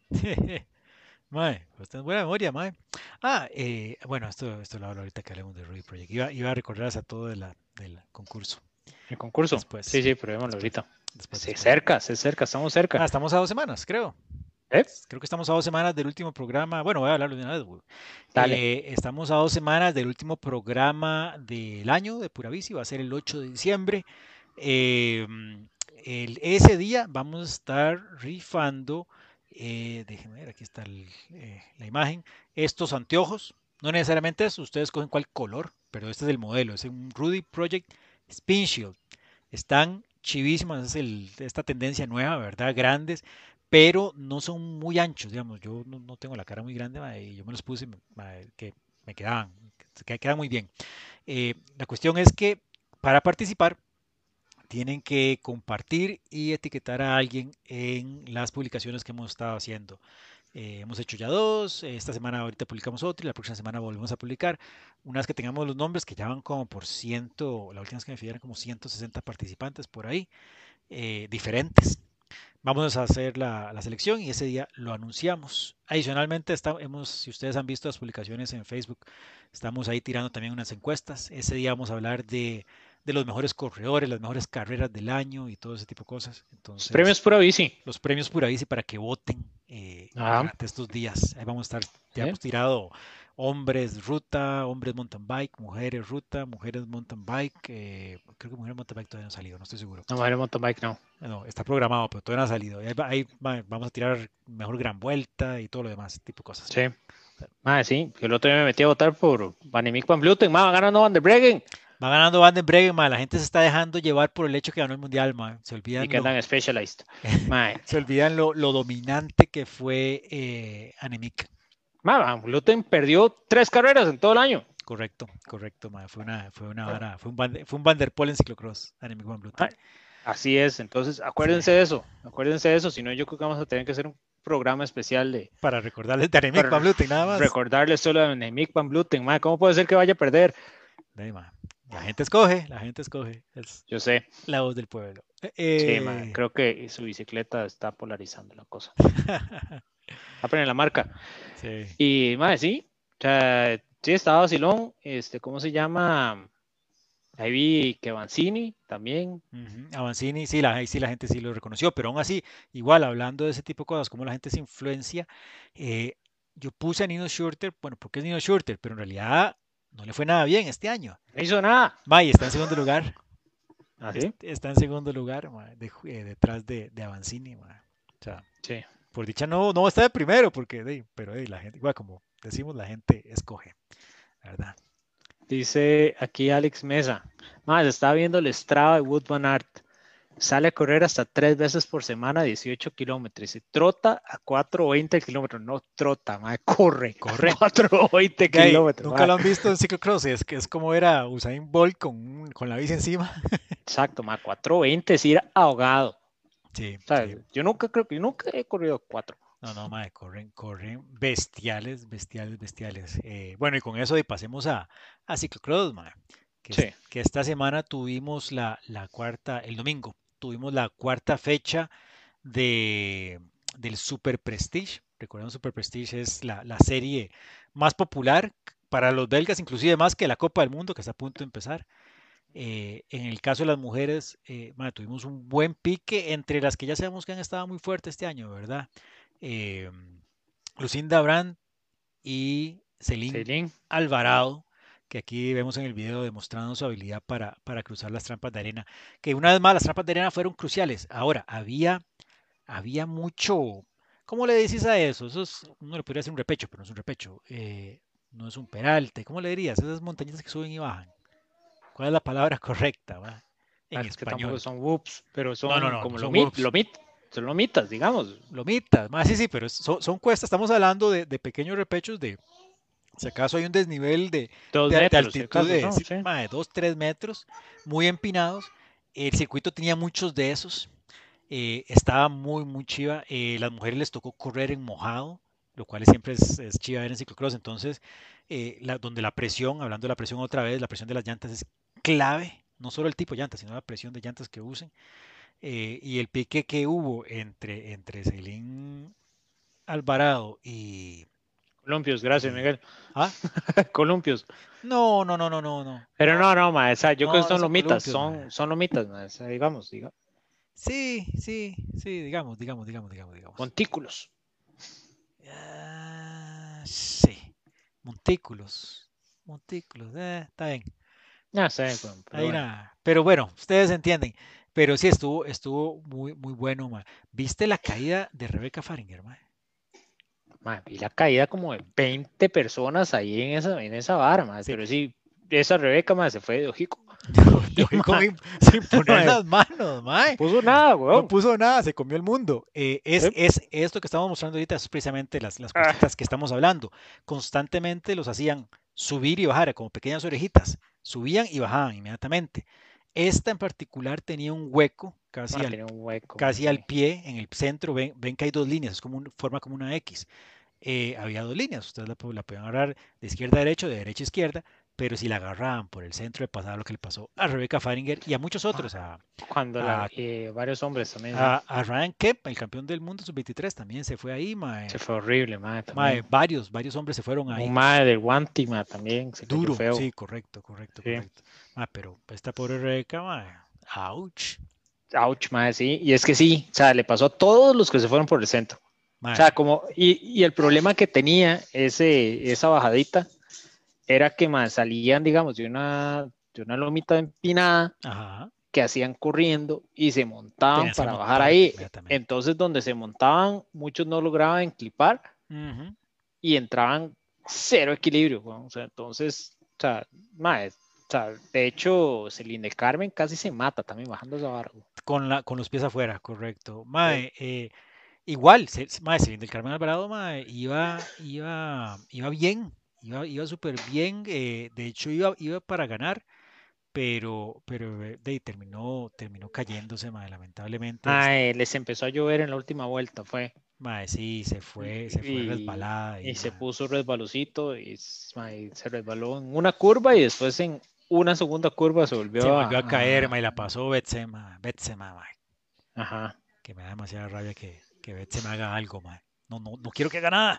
Mae, pues tenés buena memoria, mae. Ah, eh, bueno, esto, esto lo hablo ahorita que hablemos de Ruby Project. Iba, iba a recordarles a todo de la, del concurso. ¿El concurso? Después, Sí, sí, pero démoslo después, ahorita. después, Se después. cerca, se cerca, estamos cerca. Ah, estamos a dos semanas, creo. ¿Eh? Creo que estamos a dos semanas del último programa. Bueno, voy a hablarlo de una vez, güey. Dale. Eh, estamos a dos semanas del último programa del año de Pura Bici. Va a ser el ocho de diciembre. Eh, el- ese día vamos a estar rifando. Eh, déjenme ver, aquí está el, eh, la imagen. Estos anteojos. No necesariamente eso, ustedes cogen cuál color, pero este es el modelo. Es un Rudy Project Spin Shield. Están chivísimas, es el- esta tendencia nueva, ¿verdad? Grandes, pero no son muy anchos, digamos. Yo no, no tengo la cara muy grande, ma, y yo me los puse, ma, que me quedaban, que quedan muy bien. Eh, la cuestión es que para participar tienen que compartir y etiquetar a alguien en las publicaciones que hemos estado haciendo. Eh, hemos hecho ya dos, eh, esta semana ahorita publicamos otra y la próxima semana volvemos a publicar. Una vez que tengamos los nombres, que ya van como por ciento, la última vez que me fijé como ciento sesenta participantes por ahí, eh, diferentes. Vamos a hacer la, la, selección y ese día lo anunciamos. Adicionalmente, está, hemos, si ustedes han visto las publicaciones en Facebook, estamos ahí tirando también unas encuestas. Ese día vamos a hablar de, de los mejores corredores, las mejores carreras del año y todo ese tipo de cosas. Los Entonces, premios Pura Bici. los premios Pura Bici para que voten eh, Ah, durante estos días. Ahí vamos a estar, ya ¿eh? hemos tirado hombres ruta, hombres mountain bike, mujeres ruta, mujeres mountain bike. Eh, creo que mujeres mountain bike todavía no han salido, no estoy seguro. No, madre mountain bike, no. No, está programado, pero todavía no ha salido. Ahí, va- ahí va- vamos a tirar mejor gran vuelta y todo lo demás, ese tipo de cosas. Sí. Madre, sí. Que el otro día me metí a votar por Vanemic Van Vleuten. Madre, va ganando Van der Breggen. Va ganando Van den Breggen, ma. La gente se está dejando llevar por el hecho que ganó el mundial, ma. Se Y olvidan que lo, andan Specialized. Madre. se olvidan lo, lo dominante que fue eh, Annemiek. Madre, Van Vleuten perdió tres carreras en todo el año. Correcto, correcto, ma. Fue una, fue una vara, fue un, Van, fue un Van der Poel en ciclocross, Annemiek van Vleuten. Madre, así es. Entonces, acuérdense Sí. de eso. Acuérdense de eso. Si no, yo creo que vamos a tener que hacer un programa especial de Para recordarles de Annemiek para van Vleuten, nada más. recordarles solo a Vanemic Van Vleuten. Madre, ¿cómo puede ser que vaya a perder? De ahí, ma. La gente escoge, la gente escoge. Es Yo sé. la voz del pueblo. Sí, madre, Eh, creo que su bicicleta está polarizando la cosa. Aprende la marca. sí. Y, madre, sí. O sea, sí, estaba vacilón. Este, ¿cómo se llama? Ahí vi que Vanzini también. Uh-huh. Avancini, sí, la, ahí sí la gente sí lo reconoció, pero aún así, igual hablando de ese tipo de cosas, como la gente se influencia, eh, yo puse a Nino Schurter, bueno, porque es Nino Schurter, pero en realidad no le fue nada bien este año. No hizo nada. May está en segundo lugar, ¿Así? está en segundo lugar, ma, de, eh, detrás de, de Avancini, ma. O sea, Sí. por dicha no, no está de primero, porque, de, pero de, la gente, igual como decimos, la gente escoge, ¿verdad? Dice aquí Alex Mesa. Más, estaba viendo el Strava de Wood Van Aert. Sale a correr hasta tres veces por semana, dieciocho kilómetros. Y trota a cuatro veinte kilómetros. No trota, madre, corre. Corre. A cuatro veinte Gay, kilómetros. nunca lo han visto en ciclocross, es que es como era Usain Bolt con, con la bici encima. Exacto, madre, cuatro veinte es ir ahogado. Sí, O sea, sí. yo nunca creo que yo nunca he corrido cuatro. No, no, madre, corren, corren bestiales, bestiales, bestiales. Eh, bueno, y con eso y pasemos a, a ciclocross, madre, que, es- Sí. que esta semana tuvimos la, la cuarta, el domingo, tuvimos la cuarta fecha de, del Super Prestige. Recordemos, Super Prestige es la, la serie más popular para los belgas, inclusive más que la Copa del Mundo, que está a punto de empezar. Eh, en el caso de las mujeres, eh, madre, tuvimos un buen pique entre las que ya sabemos que han estado muy fuertes este año, ¿verdad? Eh, Lucinda Brand y Celine Celine. Alvarado, que aquí vemos en el video demostrando su habilidad para, para cruzar las trampas de arena, que una vez más las trampas de arena fueron cruciales. Ahora, había, había mucho, ¿cómo le decís a eso? Eso es, uno le podría hacer un repecho, pero no es un repecho, eh, no es un peralte, ¿cómo le dirías? Esas montañitas que suben y bajan. ¿Cuál es la palabra correcta, va? Ah, En es que tampoco español. son whoops, pero No, no, son no, como no son lomit, whoops. lomit, son lomitas, digamos. Lomitas, más sí, sí, pero es- son, son cuestas. Estamos hablando de, de pequeños repechos de, si acaso hay un desnivel de, Dos de, de metros, si altitud acaso de, son, sí, sí. ma, de dos, tres metros, muy empinados. El circuito tenía muchos de esos. Eh, estaba muy, muy chiva. Eh, las mujeres les tocó correr en mojado, lo cual siempre es, es chiva ver en ciclocross. Entonces, eh, la- donde la presión, hablando de la presión otra vez, la presión de las llantas es clave, no solo el tipo de llantas, sino la presión de llantas que usen. Eh, y el pique que hubo entre, entre Celine Alvarado y, Columpios, gracias, y... Miguel. ¿Ah? Columpios. No, no, no, no, no, no, Pero no, no, no, ma, o sea, yo creo que no, no son son lomitas, columpios, son, mae. son lomitas, ma, o sea, digamos, digamos, Sí, sí, sí, digamos, digamos, digamos, digamos, digamos. montículos. Ah, sí, montículos, montículos, eh, está bien, Ya sé, weón, pero ahí bueno. nada. Pero bueno, ustedes entienden. Pero sí estuvo, estuvo muy, muy bueno, mae. ¿Viste la caída de Rebecca Faringer, mae? Ma, vi la caída como de veinte personas ahí en esa, en esa vara, ma, Sí, pero sí, esa Rebeca, ma, se fue de ojico. de Y, hoy con- ma, sin poner ma, las manos, no mae. puso nada, No weón. puso nada, se comió el mundo. Eh, es, Sí. es esto que estamos mostrando ahorita, es precisamente las, las Ah, cositas que estamos hablando. Constantemente los hacían subir y bajar, como pequeñas orejitas. Subían y bajaban inmediatamente. Esta en particular tenía un hueco casi ma, al, tenía un hueco, ma, casi al sí. pie, en el centro. Ven, ven que hay dos líneas, es como un- forma como una X. Eh, había dos líneas, ustedes la, pu- la pueden agarrar de izquierda a derecha o de derecha a izquierda, pero si la agarraban por el centro, le pasaba lo que le pasó a Rebecca Faringer y a muchos Ma, otros, a, cuando la, a eh, varios hombres también, sí. a, a Ryan Kemp, el campeón del mundo sub veintitrés, también se fue ahí, Se mae. fue horrible, ma, Mae, también. varios, varios hombres se fueron Un ahí. ma del Guanti, ma, también se cayó Duro, feo. sí, correcto, correcto, Sí. correcto. Mae, pero esta pobre Rebeca, mae, ouch. Ouch, ma, sí. Y es que sí, o sea, le pasó a todos los que se fueron por el centro. O Mae, sea, como, y, y el problema que tenía ese, esa bajadita era que más salían, digamos, de una, de una lomita empinada ajá, que hacían corriendo y se montaban tenías que para bajar montarte ahí. inmediatamente. Entonces, donde se montaban, muchos no lograban enclipar Ujú. y entraban cero equilibrio, weón. O sea, entonces, o sea, mae, o sea, de hecho, Celine del Carmen casi se mata también bajando esa barra, weón. Con la, con los pies afuera, correcto. Sí. Mae, eh, igual, se, se- mae, Celine del Carmen Alvarado, mae, iba, iba, iba bien, iba, iba súper bien. Eh, de hecho, iba, iba para ganar. pero, pero eh, de, ahí terminó, terminó cayéndose, mae, lamentablemente. es- Mae, les empezó a llover en la última vuelta, fue. Mae, sí, se fue, se fue Y, resbalada y y se mae, puso resbalosito y mae, se resbaló en una curva y después en una segunda curva se se volvió volvió a caer, a, a- mae, y la pasó Betsema, Betsema, mae, ajá. que me da demasiada rabia que, que Betsema haga algo, mae. No, no, no quiero que haga nada.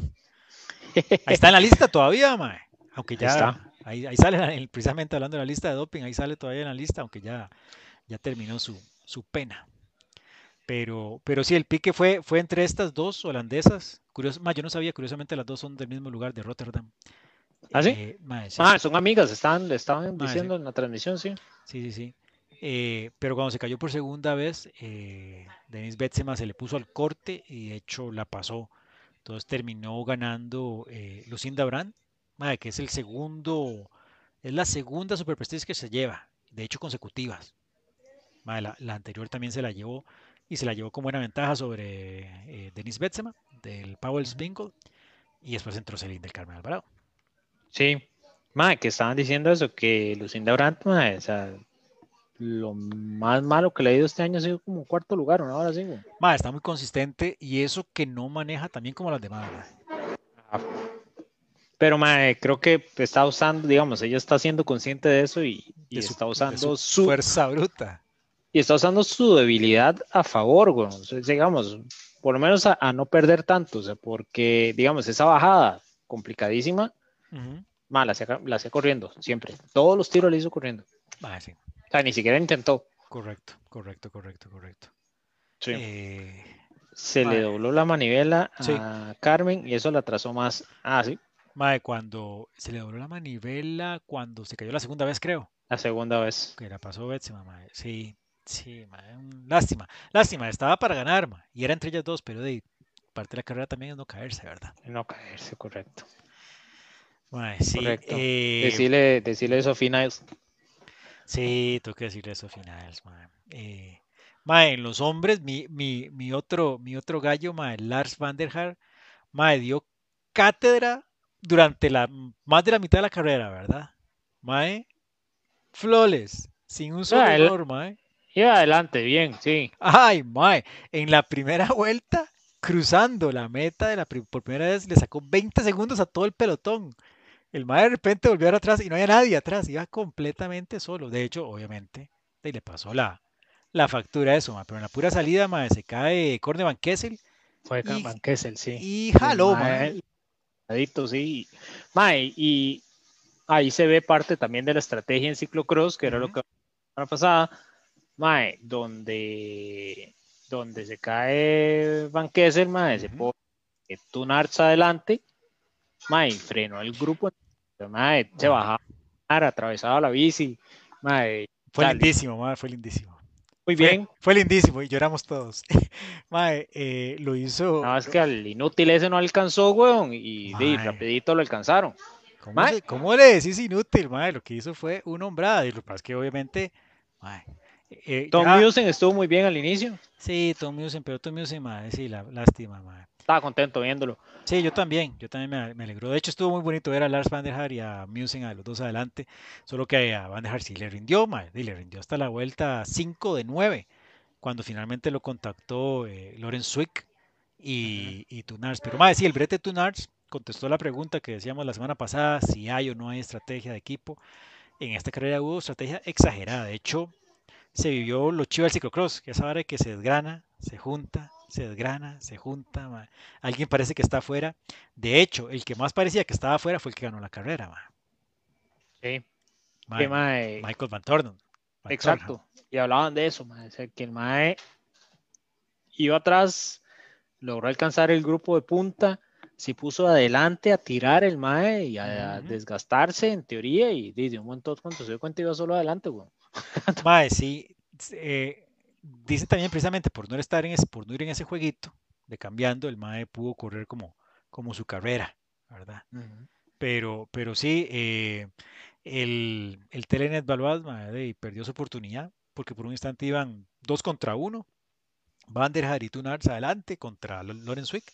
Ahí está en la lista todavía, mae. Aunque Ahí ya, está. ahí, ahí sale, la- el- precisamente hablando de la lista de doping, ahí sale todavía en la lista, aunque ya, ya terminó su, su pena. Pero, pero sí, el pique fue, fue entre estas dos holandesas. Curioso, ma, yo no sabía, curiosamente las dos son del mismo lugar, de Rotterdam. ¿Ah, sí? Eh, ma, sí, Ah, son amigas, estaban, le estaban ma, sí, diciendo en la transmisión, sí. sí, sí, sí. Eh, pero cuando se cayó por segunda vez, eh, Denise Betsema se le puso al corte y de hecho la pasó. Entonces terminó ganando eh, Lucinda Brand, ma, que es el segundo, es la segunda Super Prestige que se lleva, de hecho consecutivas. Ma, la, la anterior también se la llevó y se la llevó con buena ventaja sobre eh, Denise Betsema del Powell Spingle y después entró Celine del Carmen Alvarado. Sí. Mae, que estaban diciendo eso, que Lucinda Brandt, mae, o sea, lo más malo que le ha ido este año ha sido como cuarto lugar, una hora así, güey. Ma, está muy consistente y eso que no maneja también como las demás. Ma. Ah, pero mae, creo que está usando, digamos, ella está siendo consciente de eso y, De y su, está de su usando su fuerza bruta. y está usando su debilidad a favor, güey. O sea, digamos, por lo menos a, a no perder tanto, o sea, porque, digamos, esa bajada complicadísima, Ujú. mal, la hacía, la hacía corriendo, siempre. Todos los tiros le hizo corriendo. Ma, sí, O sea, ni siquiera intentó. correcto, correcto, correcto, correcto. Sí. Eh, Se le ma, dobló la manivela sí, a Carmen y eso la atrasó más. Ah, sí, ma, cuando se le dobló la manivela, cuando se cayó la segunda vez, creo. la segunda vez. Que la pasó Betsema, ma. Sí, sí, ma. un- Lástima, lástima, estaba para ganar, ma. Y era entre ellas dos, pero de parte de la carrera también es no caerse, ¿verdad? No caerse, correcto. Ma, sí, Correcto. eh, Decirle, decirle eso a Finales. sí, tengo que decirle eso finales, ma. Eh, ma, en los hombres, mi, mi, mi otro, mi otro gallo, ma, Lars van der Haar, ma, dio cátedra durante la, más de la mitad de la carrera, ¿verdad? Mae, flawless, sin un solo Ah, él, error, mae. Iba adelante, bien, sí. Ay, mae, en la primera vuelta, cruzando la meta de la pri- por primera vez, le sacó veinte segundos a todo el pelotón. El mae de repente volvió a ver atrás y no había nadie atrás, iba completamente solo. De hecho, obviamente, y le pasó la, la factura a eso, mae, pero en la pura salida, mae, se cae Corne Van Kessel Fue y, Van Kessel, sí. y Y el jaló, mae. mae, ladito, sí. Mae, y ahí se ve parte también de la estrategia en ciclocross, que era lo Ujú, que la semana pasada, mae, donde, donde se cae Van Kessel, mae, se ujú. pone Tunarts adelante, mae, y frenó el grupo, mae, se Mae, bajaba, atravesaba la bici, mae, fue tal, lindísimo, mae, fue lindísimo. muy Fue, bien. fue lindísimo y lloramos todos. Mae, eh, lo hizo. Nada más lo- que al inútil ese no alcanzó, weón, y de ahí, Mae, rapidito lo alcanzaron. ¿cómo, Mae, se, ¿cómo le decís inútil, mae? Lo que hizo fue una hombrada. Y lo que pasa es que obviamente, mae, eh, Tom ya, Musen estuvo muy bien al inicio. sí, Tom Musen, pero Tom Musen, mae, sí, la, lástima, mae. Estaba contento viéndolo. Sí, yo también, yo también me, me alegró. De hecho, estuvo muy bonito ver a Lars Van der Haar y a Musen, a los dos adelante. Solo que a Van der Haar sí le rindió, mae, y le rindió hasta la vuelta cinco de nueve cuando finalmente lo contactó eh, Lorenz Zwick Ujú. y, y Tunars. Pero más, sí, el brete Tunars contestó la pregunta que decíamos la semana pasada, si hay o no hay estrategia de equipo. En esta carrera hubo estrategia exagerada. De hecho, se vivió lo chivo del ciclocross, que es ahora que se desgrana, se junta, se desgrana, se junta. Ma. Alguien parece que está afuera. De hecho, el que más parecía que estaba afuera fue el que ganó la carrera. Ma. Sí, Ma, que mae, Michael Van Torn, Van Tornham. exacto. Y hablaban de eso, mae, o sea, que el mae iba atrás, logró alcanzar el grupo de punta, se puso adelante a tirar el mae y Uh a, a -huh. desgastarse en teoría y de un montón cuando se dio cuenta iba solo adelante, weón. Mae, sí, eh, dice también precisamente por no estar en ese, por no ir en ese jueguito de cambiando, el Mae pudo correr como, como su carrera, ¿verdad? Ujú. Pero, pero sí, eh, el, el Telenet Valois, mae, de- perdió su oportunidad porque por un instante iban dos contra uno, Van der Haar y Tunars adelante contra Lo- Lorenz Zwick.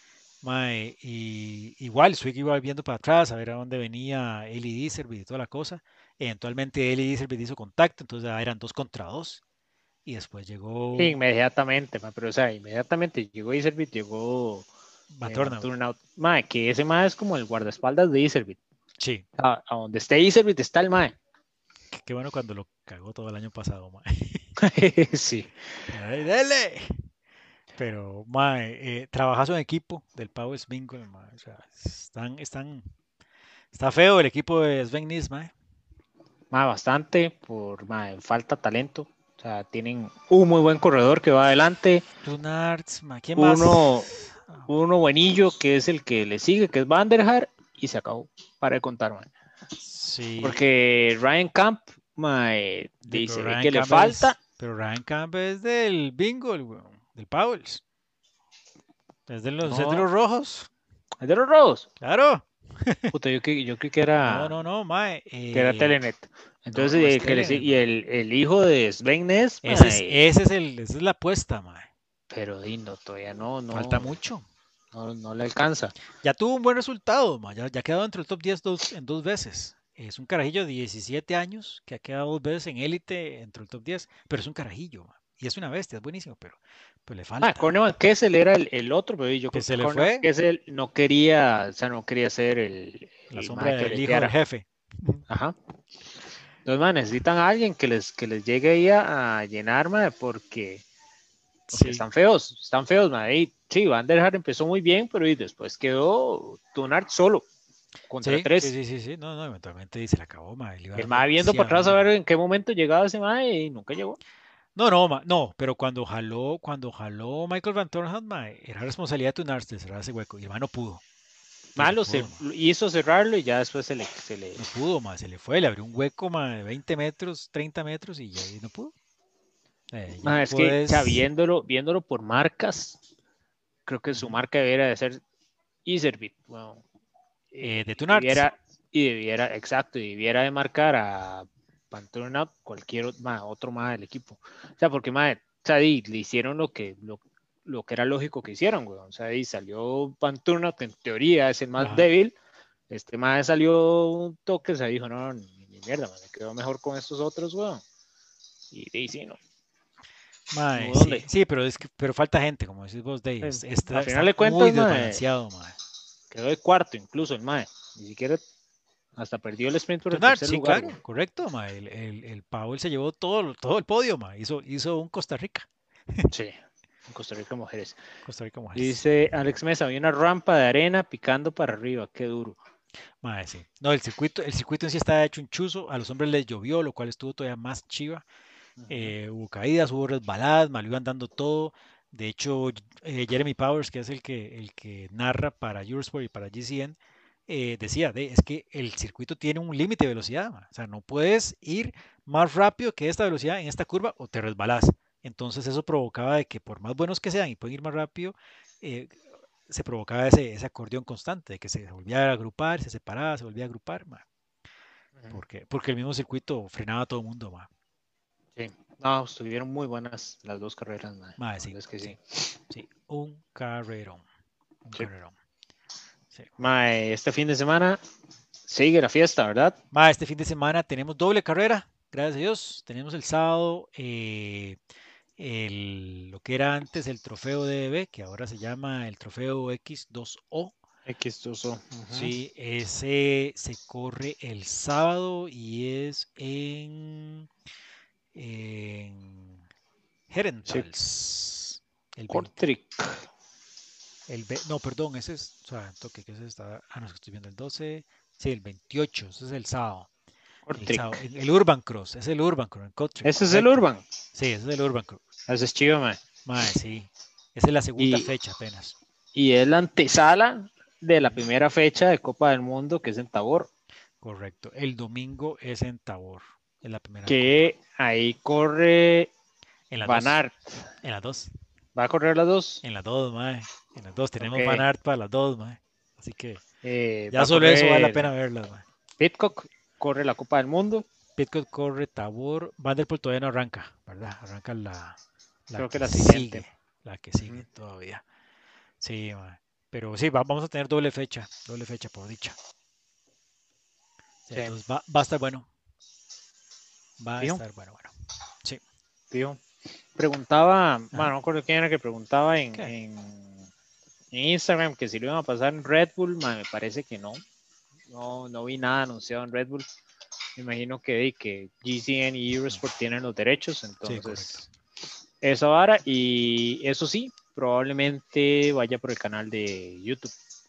Mae, y igual Zwick iba viendo para atrás a ver a dónde venía Eli Iserbyt y toda la cosa. Eventualmente Eli Iserbyt hizo contacto, entonces ya eran dos contra dos. Y después llegó Inmediatamente, mae, pero o sea, inmediatamente llegó Iservit, llegó Van eh, Van Tornout. Turnout. Mae, que ese mae es como el guardaespaldas de Iservit. Sí, A, a donde esté Iservit está el mae. qué, qué bueno cuando lo cagó todo el año pasado, mae. Sí. Ay, dele. Pero, mae, eh, trabajazo en equipo del Pau Bingo, mae. O sea, están, están, está feo el equipo de Sven Nys, mae. Mae, bastante por mae, falta talento. O sea, tienen un muy buen corredor que va adelante, Tunarts, mae. ¿Quién uno, más? Ah, uno buenillo que es el que le sigue, que es Van der Haar, y se acabó. Para de contar, mae. sí, Porque Ryan Camp, mae, de, de- pero se ve Ryan que le Campbell es, falta, pero Ryan Campbell es del Bingo, el weón, del Pauls. Es de los, es de no, los rojos, es de los rojos. claro. Puta, yo, cre- yo creí que No, era, no, no, mae. que era eh, Telenet. no, Entonces, no, es eh, que le sig- Telenet, y mae. el, el hijo de Sven Ness, Ese es, mae, ese es el, esa es la apuesta, mae. pero di, no, todavía no, Falta no, mucho. no, no le alcanza. Ya tuvo un buen resultado, mae. Ya, ya ha quedado dentro del top diez dos, en dos veces. Es un carajillo de diecisiete años que ha quedado dos veces en élite dentro del top diez, pero es un carajillo, mae. Y es una bestia, es buenísimo, pero, pero le Ah, falta. Corneman Kessel era el, el otro, pero yo Que creo que se le Corneman fue Kessel no quería, o sea, no quería ser el, la el sombra mae que del hijo del breteara. jefe. Ajá. Entonces, mae, necesitan a alguien que les, que les llegue ahí a, a llenar, mae, porque, porque Sí, están feos, están feos, mae. Y sí, Van der Haar empezó muy bien, pero y después quedó Tunart solo contra sí, sí, tres. sí, sí, sí. No, no, eventualmente se le acabó, mae. Le iba El dando mae viendo para demasiado atrás a ver duro. en qué momento llegaba ese mae y nunca llegó. No, no, ma- no, pero cuando jaló, cuando jaló Michael Van Tornham, ma, era responsabilidad de Tunars de cerrar ese hueco. Y el man no pudo. Y no Malo se pudo, ma. hizo cerrarlo y ya después se le, se le... No pudo, ma. Se le fue, le abrió un hueco, ma, de veinte metros, treinta metros y ya y no pudo. Eh, ya no Mae, es que, o sea, puedes. viéndolo, viéndolo por marcas, creo que su Ujú. marca debería de ser Iservit. Bueno, Eh, de eh, Tunarts. debiera, y debiera, exacto, y debiera de marcar a Pantona cualquier ot- ma, otro más del equipo. O sea, porque mae, o sea, di, le hicieron lo que, lo, lo que era lógico que hicieron, güey. O sea, y salió Pantona, que en teoría es el más Ajá. débil. Este mae salió un toque, se dijo, no, ni, ni mierda, mae, me quedo mejor con estos otros, güey. Y, y sí, no. Mae, No, sí, ¿dónde? sí, pero es que, pero falta gente, como decís vos, Day. Eh, es- a Está, final está de muy cuentas, mae, desbalanceado, mae. quedó de cuarto incluso el mae. Ni siquiera hasta perdió el sprint por el Leonard, tercer sí, lugar, claro, güey. correcto, mae. El, el, el Powell se llevó todo, todo el podio, mae. Hizo, hizo un Costa Rica. Sí, en Costa Rica Mujeres. Costa Rica Mujeres. Dice Alex Mesa, había una rampa de arena picando para arriba, qué duro. Mae, sí. No, el circuito, el circuito en sí está hecho un chuzo. A los hombres les llovió, lo cual estuvo todavía más chiva. Ujú. Eh, hubo caídas, hubo resbaladas, mal iban dando todo. De hecho, eh, Jeremy Powers, que es el que, el que narra para Eurosport y para G C N, eh, decía, de, es que el circuito tiene un límite de velocidad, ma. O sea, no puedes ir más rápido que esta velocidad en esta curva o te resbalas. Entonces eso provocaba de que por más buenos que sean y pueden ir más rápido, eh, se provocaba ese, ese acordeón constante, de que se volvía a agrupar, se separaba, se volvía a agrupar, ma, Ujú. porque, porque el mismo circuito frenaba a todo el mundo, ma. Sí, no, estuvieron muy buenas las dos carreras, mae. Ma, La sí, verdad es que sí, sí. sí, un carrerón, un Sí. carrerón. Sí. Mae, este fin de semana sigue la fiesta, ¿verdad? Ma, este fin de semana tenemos doble carrera, gracias a Dios. Tenemos el sábado eh, el, lo que era antes el trofeo D B B, que ahora se llama el trofeo X dos O. X dos O. Ujú. Sí, ese se corre el sábado y es en, en Sí, Herentals. El veinte. Kortrijk. El, ve- no, perdón, ese es, o sea, toque, que ese está, ah, no, es que estoy viendo el doce. Sí, el veintiocho, ese es el sábado. El sábado, Kortrijk. el, el Urban Cross, es el Urban Cross, en Kotrick, Ese es el correcto. Urban. Sí, ese es el Urban Cross. Ese es chido, mae. Mae, sí. Esa es la segunda Y, fecha apenas. y es la antesala de la Ujú. primera fecha de Copa del Mundo, que es en Tabor. Correcto. El domingo es en Tabor, es la primera copa. Que ahí corre En las Van dos, Aert. en las dos, ¿Va a correr las dos? en las dos, mae. En las dos Ok. tenemos Van Aert para las dos, mae. Así que Eh, va ya a solo eso vale la correr pena verlas, mae. Pitcock, corre la Copa del Mundo. Pitcock corre Tabor, Van der Poel todavía no arranca, ¿verdad? Arranca la, la Creo que que la siguiente. sigue, la que Ujú. sigue todavía. Sí, mae. Pero sí, va- vamos a tener doble fecha, doble fecha por dicha. Sí, Sí, entonces va, va a estar bueno, va a fijo, estar bueno, bueno. Sí. fijo. Preguntaba, bueno, Ajá. no recuerdo quién era que preguntaba en, ¿Qué? en, en Instagram que si lo iban a pasar en Red Bull. Man, me parece que no. No, no vi nada anunciado en Red Bull. Me imagino que, que G C N y No. Eurosport tienen los derechos, Sí, correcto. entonces eso ahora. Y eso sí, probablemente vaya por el canal de YouTube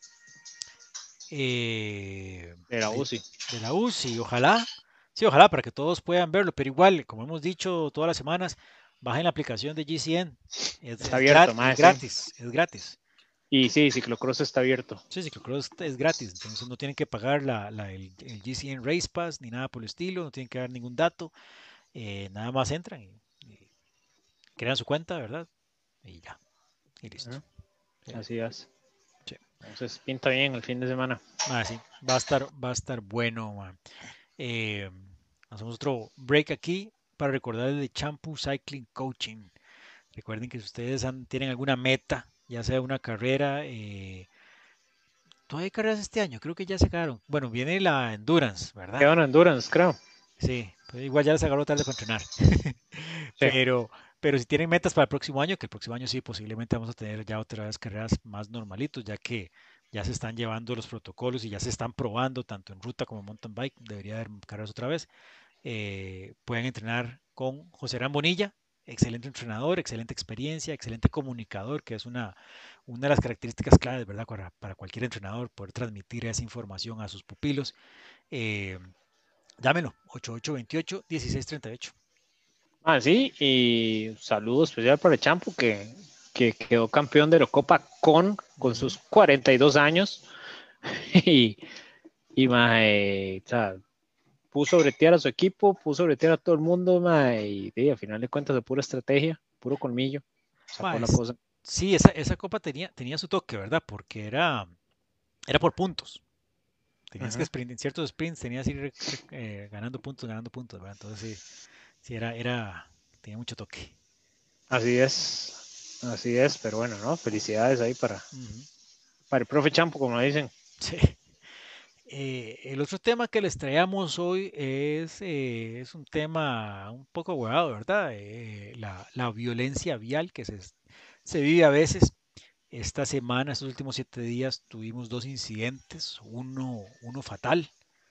Eh, de la de, U C I. de la U C I, ojalá. Sí, ojalá para que todos puedan verlo, pero igual, como hemos dicho todas las semanas, bajen la aplicación de G C N. Es, Está es, abierto, grat- es más sí. gratis, es gratis. Y sí, Ciclocross está abierto. Sí, Ciclocross es gratis, entonces no tienen que pagar la, la- el, el G C N Race Pass ni nada por el estilo, no tienen que dar ningún dato, eh, nada más entran y, y crean su cuenta, ¿verdad? Y ya, y listo. Ujú. Sí, Así es. sí. Entonces pinta bien el fin de semana. Ah, sí, va a estar, va a estar bueno, man. Eh, hacemos otro break aquí para recordarles de Champu Cycling Coaching. Recuerden que si ustedes han- tienen alguna meta, ya sea una carrera, eh, todavía hay carreras este año, creo que ya se acabaron. Bueno, viene la Endurance, ¿verdad? Quedan Endurance, creo. Sí, pues igual ya les agarró tarde para entrenar. Sí. Pero, pero si tienen metas para el próximo año, que el próximo año sí, posiblemente vamos a tener ya otra vez carreras más normalitos, ya que ya se están llevando los protocolos y ya se están probando tanto en ruta como en mountain bike. Debería haber carreras otra vez. Eh, pueden entrenar con José Bonilla, excelente entrenador, excelente experiencia, excelente comunicador, que es una, una de las características claves, ¿verdad? Para, para cualquier entrenador, poder transmitir esa información a sus pupilos. Eh, Llámelo, ocho ocho dos ocho, uno seis tres ocho. Ah, sí, y saludo especial para el Champo que, que quedó campeón de la Copa con, con Ujú. sus cuarenta y dos años. y, y mae, o sea, puso a bretear a su equipo, puso a bretear a todo el mundo, mae, y, y al final de cuentas de pura estrategia, puro colmillo, sacó la Más, cosa. sí, esa, esa copa tenía, tenía su toque, ¿verdad? Porque era, era por puntos. Tenías que Ujú. sprint, en ciertos sprints tenías que ir re- re- eh, ganando puntos, ganando puntos, ¿verdad? Entonces sí, sí era, era, tenía mucho toque. Así es, así es, pero bueno, ¿no? Felicidades ahí para, Ujú. para el profe Champo, como dicen. Sí. eh, el otro tema que les traíamos hoy es, eh, es un tema un poco huevado, ¿verdad? Eh, la, la violencia vial que se, se vive a veces. Esta semana, estos últimos siete días, tuvimos dos incidentes, uno, uno fatal,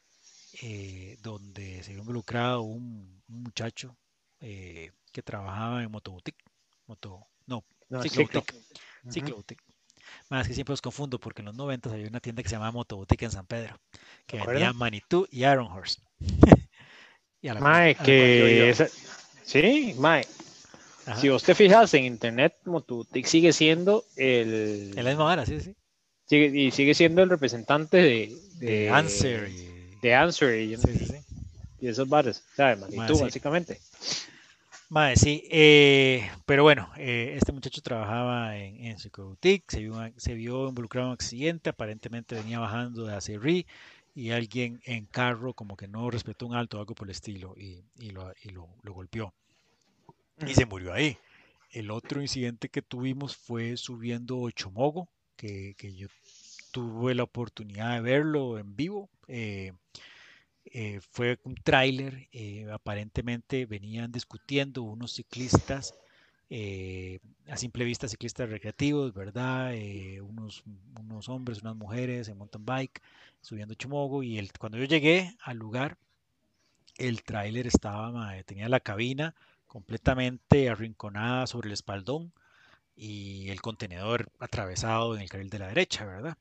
eh, donde se vio involucrado un, un muchacho eh, que trabajaba en Motoboutique, moto, no, No, ciclo. Cicloboutique, Ujú. Cicloboutique. Más que siempre los confundo porque en los noventas había una tienda que se llamaba Motoboutique en San Pedro, ¿De que vendía acuerdo? Manitou y Iron Horse, y a la cual, Mae, a la cual yo que iba. esa... Sí, mae. Si Ajá. vos te fijas en internet, Motutic sigue siendo En la el... misma hora, sí, sí. sigue- y sigue siendo el representante de, De Answer de, y... de Answer y, Sí, sí, y, sí. y esos bares, ¿sabes? Más Magnitud, sí. básicamente. Mae, sí, eh, pero bueno, eh, este muchacho trabajaba en, en Securitic, se vio, se vio involucrado en un accidente, aparentemente venía bajando de Acerrí y alguien en carro como que no respetó un alto o algo por el estilo y, y lo, y lo, lo golpeó y Ujú. se murió ahí. El otro incidente que tuvimos fue subiendo Chomogo, que, que yo tuve la oportunidad de verlo en vivo. eh, eh, fue un tráiler, eh, aparentemente venían discutiendo unos ciclistas, eh, a simple vista ciclistas recreativos, ¿verdad? Eh, unos, unos hombres, unas mujeres en mountain bike subiendo Chumogo y el, cuando yo llegué al lugar, el tráiler estaba, mae, tenía la cabina completamente arrinconada sobre el espaldón y el contenedor atravesado en el carril de la derecha, ¿verdad?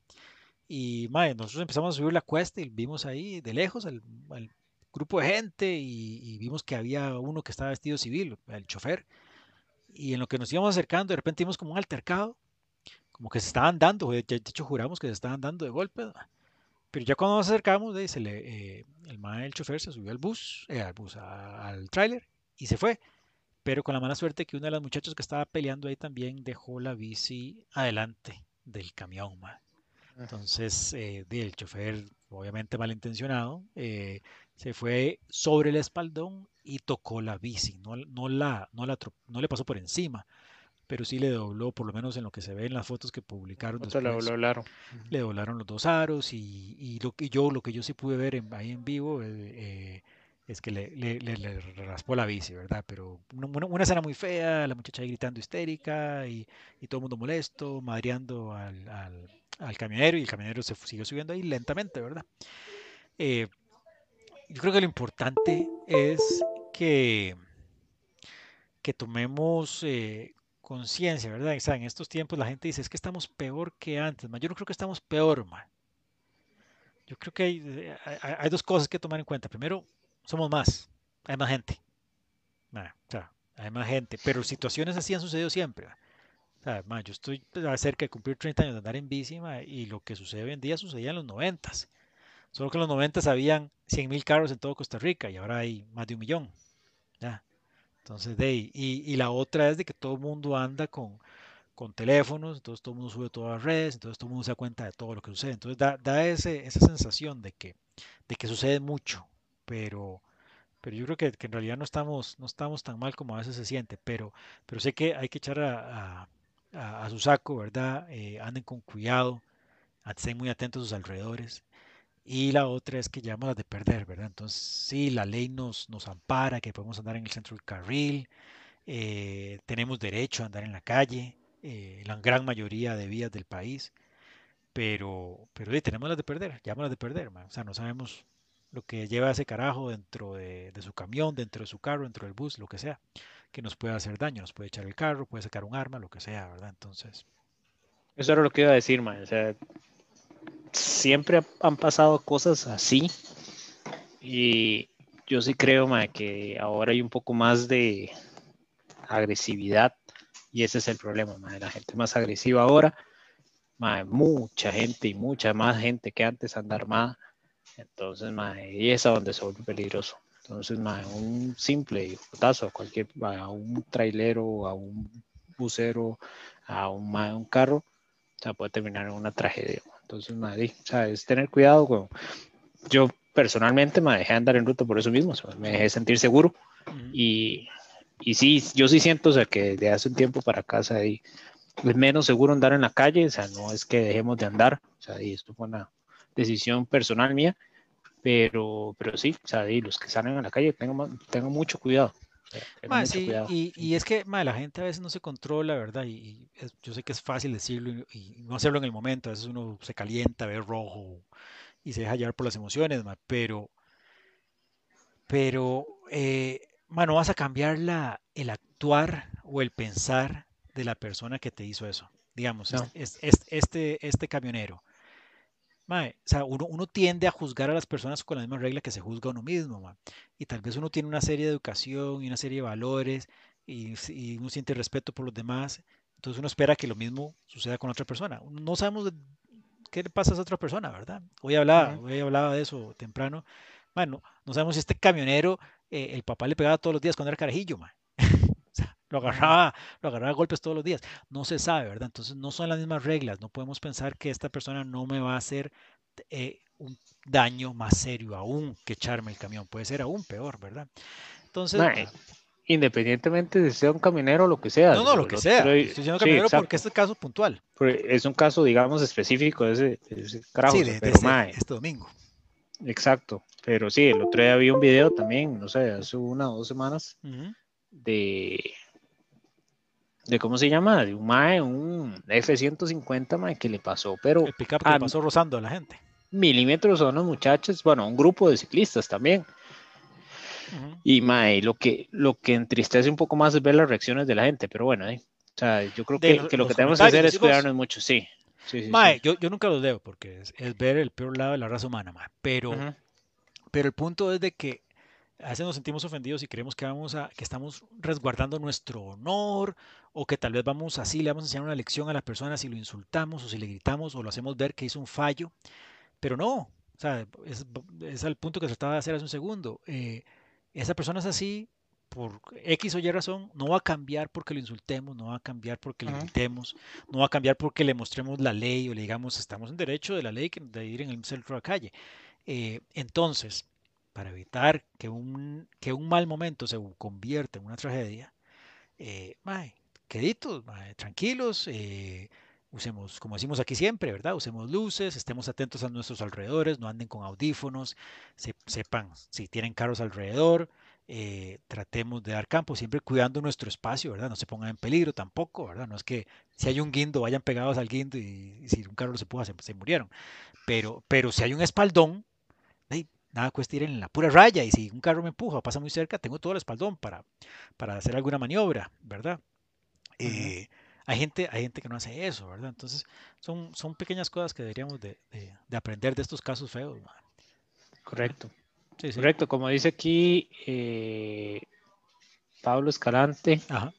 Y mae, nosotros empezamos a subir la cuesta y vimos ahí de lejos al, al grupo de gente y, y vimos que había uno que estaba vestido civil, el chofer. Y en lo que nos íbamos acercando, de repente vimos como un altercado, como que se estaban dando, de de hecho juramos que se estaban dando de golpe. Pero ya cuando nos acercamos, de, se le, eh, el mae, el chofer, se subió al bus, eh, al bus, a- al tráiler y se fue. Pero con la mala suerte que uno de los muchachos que estaba peleando ahí también dejó la bici adelante del camión, mae. Entonces, eh, di, el chofer, obviamente malintencionado, eh, se fue sobre el espaldón y tocó la bici. No, no, la, no, la, atro- no le pasó por encima, pero sí le dobló, por lo menos en lo que se ve en las fotos que publicaron Otro lo, lo después, hablaron. le doblaron los dos aros y, y lo que yo, lo que yo sí pude ver en- ahí en vivo, eh, eh, es que le, le- le- le raspó la bici, ¿verdad? Pero una, una- una escena muy fea, la muchacha ahí gritando histérica y, y todo el mundo molesto, madreando al, al- al camionero y el camionero se fu- siguió subiendo ahí lentamente, ¿verdad? Eh, yo creo que lo importante es que, que tomemos eh, conciencia, ¿verdad? O sea, en estos tiempos la gente dice, es que estamos peor que antes, ma. Yo no creo que estamos peor, ma. Yo creo que hay, eh, hay- hay dos cosas que tomar en cuenta. Primero, somos más, hay más gente. Ma, o sea, hay más gente, pero situaciones así han sucedido siempre. Ma. O sea, ma, yo estoy pues, cerca de cumplir treinta años de andar en bici, ma, y lo que sucede hoy en día sucedía en los noventas. Solo que en los noventas habían cien mil carros en todo Costa Rica y ahora hay más de un millón. ¿Ya? Entonces, de ahí. Y, y la otra es de que todo el mundo anda con, con teléfonos, entonces todo el mundo sube todas las redes, entonces todo el mundo se da cuenta de todo lo que sucede. Entonces da, da ese, esa sensación de que, de que sucede mucho, pero, pero yo creo que, que en realidad no estamos, no estamos tan mal como a veces se siente, pero, pero sé que hay que echar a, a, a- a su saco, ¿verdad? Eh, anden con cuidado, estén muy atentos a sus alrededores. Y la otra es que llevamos las de perder, ¿verdad? Entonces, sí, la ley nos, nos ampara, que podemos andar en el centro del carril, eh, tenemos derecho a andar en la calle, eh, la gran mayoría de vías del país, pero, pero sí, tenemos las de perder, llevamos las de perder, man. O sea, no sabemos lo que lleva ese carajo dentro de, de su camión, dentro de su carro, dentro del bus, lo que sea, que nos puede hacer daño, nos puede echar el carro, puede sacar un arma, lo que sea, ¿verdad? Entonces, Eso era lo que iba a decir, man. O sea, siempre han pasado cosas así y yo sí creo, man, que ahora hay un poco más de agresividad y ese es el problema, man. La gente más agresiva ahora, man, mucha gente y mucha más gente que antes anda armada. Entonces, man, y es a donde se vuelve peligroso. Entonces, man, un simple putazo a cualquier, a un trailero, a un busero, a un, man, un carro, o sea, puede terminar en una tragedia. Entonces, man, y, o sea, es tener cuidado. Con... Yo personalmente me dejé andar en ruta por eso mismo, o sea, me dejé sentir seguro ujú, y, y sí, yo sí siento, o sea, que de hace un tiempo para acá, o sea, y es menos seguro andar en la calle, o sea, no es que dejemos de andar, o sea, y esto fue una decisión personal mía, pero, pero sí, o sea, y los que salen a la calle, tengan, tengan mucho cuidado, o sea, tengan Ma, mucho sí, cuidado. y, y es Siempre. que ma, la gente a veces no se controla, ¿verdad? Y, y es- yo sé que es fácil decirlo y, y no hacerlo en el momento. A veces uno se calienta, ve rojo y se deja llevar por las emociones, ma, pero, pero eh, ma, no vas a cambiar la, el actuar o el pensar de la persona que te hizo eso. Digamos, No. este, este, este, este camionero. Mae, o sea, uno, uno tiende a juzgar a las personas con la misma regla que se juzga a uno mismo, mae. Y tal vez uno tiene una serie de educación y una serie de valores y, s- y uno siente respeto por los demás. Entonces uno espera que lo mismo suceda con otra persona. No sabemos de- qué le pasa a esa otra persona, ¿verdad? Hoy hablaba, Ujú. hoy hablaba de eso temprano. Bueno, no sabemos si este camionero, eh, el papá le pegaba todos los días cuando era carajillo, mae. O sea, lo Ujú. agarraba, lo agarraba a golpes todos los días. No se sabe, ¿verdad? Entonces no son las mismas reglas. No podemos pensar que esta persona no me va a hacer eh, un daño más serio aún que echarme el camión. Puede ser aún peor, ¿verdad? Entonces, Mae, independientemente de sea un camionero o lo que sea, no, no, lo digo, el que otro, sea. Yo estoy diciendo sí, camionero porque exacto, este caso puntual. pero es un caso, digamos, específico de ese, de ese carajo, Sí, o sea, de, de pero este, mae, este domingo. exacto, pero sí, el otro día vi un video también, no sé, hace una o dos semanas, Ujú. de, de ¿cómo se llama? De un mae, un F ciento cincuenta, mae, que le pasó, pero El pickup que le a pasó rozando a la gente. milímetros son los muchachos, bueno, un grupo de ciclistas también. Ujú. Y mae, lo que, lo que entristece un poco más es ver las reacciones de la gente, pero bueno, eh, o sea, yo creo De que, lo- que lo que los tenemos que comentarios, hacer es decís vos. cuidarnos mucho, sí, sí, sí, sí. Mae, yo, yo nunca los leo porque es, es ver el peor lado de la raza humana, mae. Pero, Ujú. pero el punto es de que a veces nos sentimos ofendidos y creemos que vamos a, que estamos resguardando nuestro honor, o que tal vez vamos así, le vamos a enseñar una lección a la persona si lo insultamos o si le gritamos o lo hacemos ver que hizo un fallo, pero no, o sea, es, es al punto que trataba de hacer hace un segundo. Eh, esa persona es así por X o Y razón, no va a cambiar porque lo insultemos, no va a cambiar porque le Ujú. gritemos, no va a cambiar porque le mostremos la ley o le digamos estamos en derecho de la ley de ir en el centro de la calle. Eh, entonces, para evitar que un, que un mal momento se convierta en una tragedia, eh, mae, queditos, mae, tranquilos, eh, usemos, como decimos aquí siempre, ¿verdad? Usemos luces, estemos atentos a nuestros alrededores, no anden con audífonos, se- sepan si tienen carros alrededor, eh, tratemos de dar campo, siempre cuidando nuestro espacio, ¿verdad? No se pongan en peligro tampoco, ¿verdad? No es que si hay un guindo, vayan pegados al guindo y, y si un carro se puja, se, se murieron. Pero, pero si hay un espaldón, hey, nada cuesta ir en la pura raya y si un carro me empuja o pasa muy cerca, tengo todo el espaldón para, para hacer alguna maniobra, ¿verdad? Ujú. Eh, hay gente, hay gente que no hace eso, ¿verdad? Entonces, son, son pequeñas cosas que deberíamos de, de- de aprender de estos casos feos, man, ¿verdad? Correcto, Sí, sí. correcto, como dice aquí eh, Pablo Escalante, Ajá.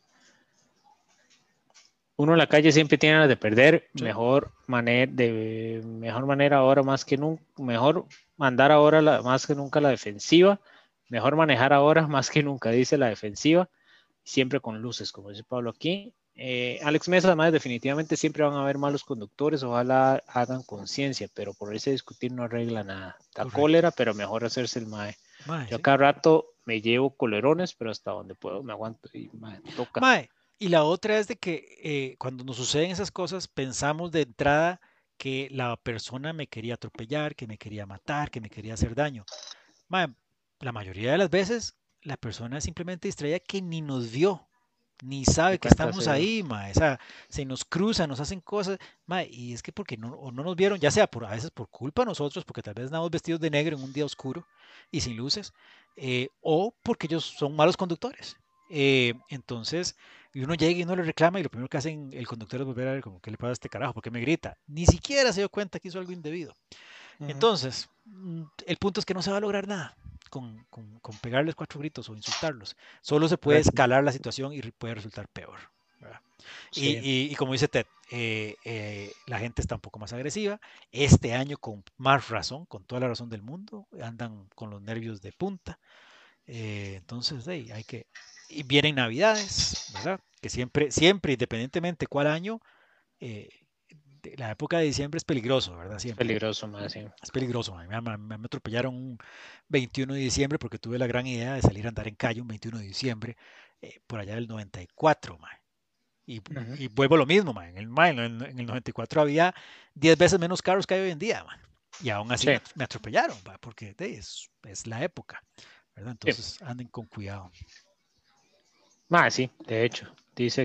uno en la calle siempre tiene las de perder, Sí. mejor manera, de mejor manera ahora más que nunca, mejor mandar ahora la, más que nunca la defensiva, mejor manejar ahora más que nunca, dice la defensiva, siempre con luces, como dice Pablo aquí. Eh, Alex Mesa, además, definitivamente siempre van a haber malos conductores, ojalá hagan conciencia, pero por ese discutir no arregla nada. Da Correcto. cólera, pero mejor hacerse el mae. Mae, Yo a sí. cada rato me llevo colerones, pero hasta donde puedo me aguanto y mae, toca. Mae, y la otra es de que eh, cuando nos suceden esas cosas, pensamos de entrada que la persona me quería atropellar, que me quería matar, que me quería hacer daño. Mae, la mayoría de las veces la persona es simplemente distraída que ni nos vio, ni Ni sabe que cuenta estamos se dio. ahí, mae. O sea, se nos cruzan, nos hacen cosas, mae, y es que porque no, o no nos vieron, ya sea por a veces por culpa de nosotros, porque tal vez andamos vestidos de negro en un día oscuro y sin luces, eh, o porque ellos son malos conductores. Eh, entonces, y uno llega y uno le reclama y lo primero que hacen el conductor es volver a ver como, ¿qué le pasa a este carajo? ¿Por qué me grita? Ni siquiera se dio cuenta que hizo algo indebido. Ujú. Entonces, mm, el punto es que no se va a lograr nada con, con- con pegarles cuatro gritos o insultarlos. Solo se puede Correcto. escalar la situación y puede resultar peor, ¿verdad? Y, Sí. y- y como dice Ted, eh, eh, la gente está un poco más agresiva. Este año con más razón, con toda la razón del mundo, andan con los nervios de punta. Eh, entonces, hey, hay que... Y vienen Navidades, ¿verdad? Que siempre, siempre, independientemente cuál año, eh, de- la época de diciembre es peligroso, ¿verdad? Es Siempre. peligroso, más, sí. Es peligroso. A mí me, me- me atropellaron un veintiuno de diciembre porque tuve la gran idea de salir a andar en calle un veintiuno de diciembre eh, por allá del noventa y cuatro, mae. Y, y- Ujú. y vuelvo a lo mismo, mae. En el, mae, en el, en el noventa y cuatro había diez veces menos carros que hay hoy en día, mae. y aún así Sí, me, me atropellaron, ¿va? Porque de, es, es la época, ¿verdad? sí. Entonces anden con cuidado. Ma, sí, de hecho. Dice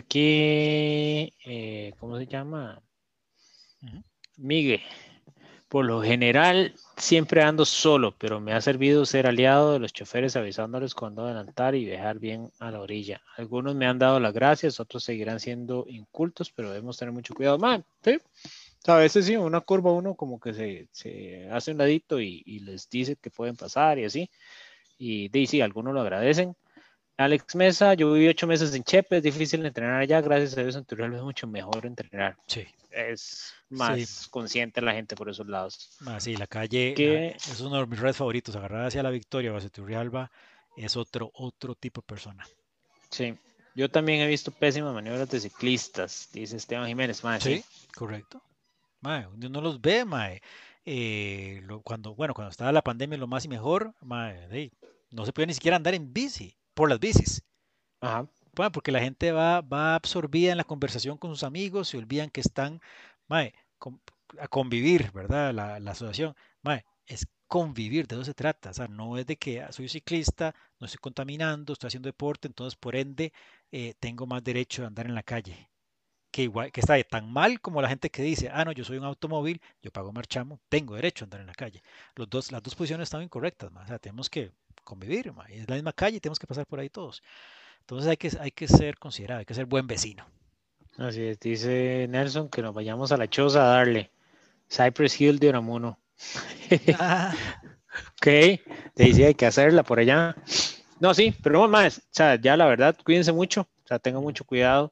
aquí, eh, ¿cómo se llama? Ujú. Migue. Por lo general, siempre ando solo, pero me ha servido ser aliado de los choferes avisándoles cuándo adelantar y dejar bien a la orilla. Algunos me han dado las gracias, otros seguirán siendo incultos, pero debemos tener mucho cuidado. Man, sí. O sea, a veces sí, en una curva uno como que se, se hace un ladito y, y les dice que pueden pasar y así. Y de, sí, algunos lo agradecen. Alex Mesa, yo viví ocho meses en Chepe, es difícil entrenar allá, gracias a Dios en Turrialba es mucho mejor entrenar. Sí, Es sí, más consciente la gente por esos lados. ma, sí, la calle la- Que es uno de mis redes favoritos. Agarrar hacia la Victoria o hacia Turrialba es otro, otro tipo de persona. sí, yo también he visto pésimas maniobras de ciclistas, dice Esteban Jiménez, más sí. Sí, correcto. Mae, uno no los ve, mae. Eh, lo- cuando, bueno, cuando estaba la pandemia, lo más y mejor, mae, de- no se podía ni siquiera andar en bici, por las bicis. Ajá, Mae, porque la gente va, va absorbida en la conversación con sus amigos, se olvidan que están, mae, con- a convivir, ¿verdad? La, la asociación, mae, es convivir, de eso se trata. O sea, no es de que ah, soy ciclista, no estoy contaminando, estoy haciendo deporte, entonces por ende eh, tengo más derecho de andar en la calle que igual que está tan mal como la gente que dice, ah, no, yo soy un automóvil, yo pago marchamo, tengo derecho a andar en la calle. Los dos, las dos posiciones están incorrectas, ma. O sea, tenemos que convivir, ma. Es la misma calle y tenemos que pasar por ahí todos. Entonces hay que, hay que ser considerado, hay que ser buen vecino. así es, dice Nelson que nos vayamos a la choza a darle. Cypress Hill de Unamuno. Ah, Ok, te decía hay que hacerla por allá. No, sí, pero no más, o sea, ya la verdad, cuídense mucho, o sea, tengan ujú, mucho cuidado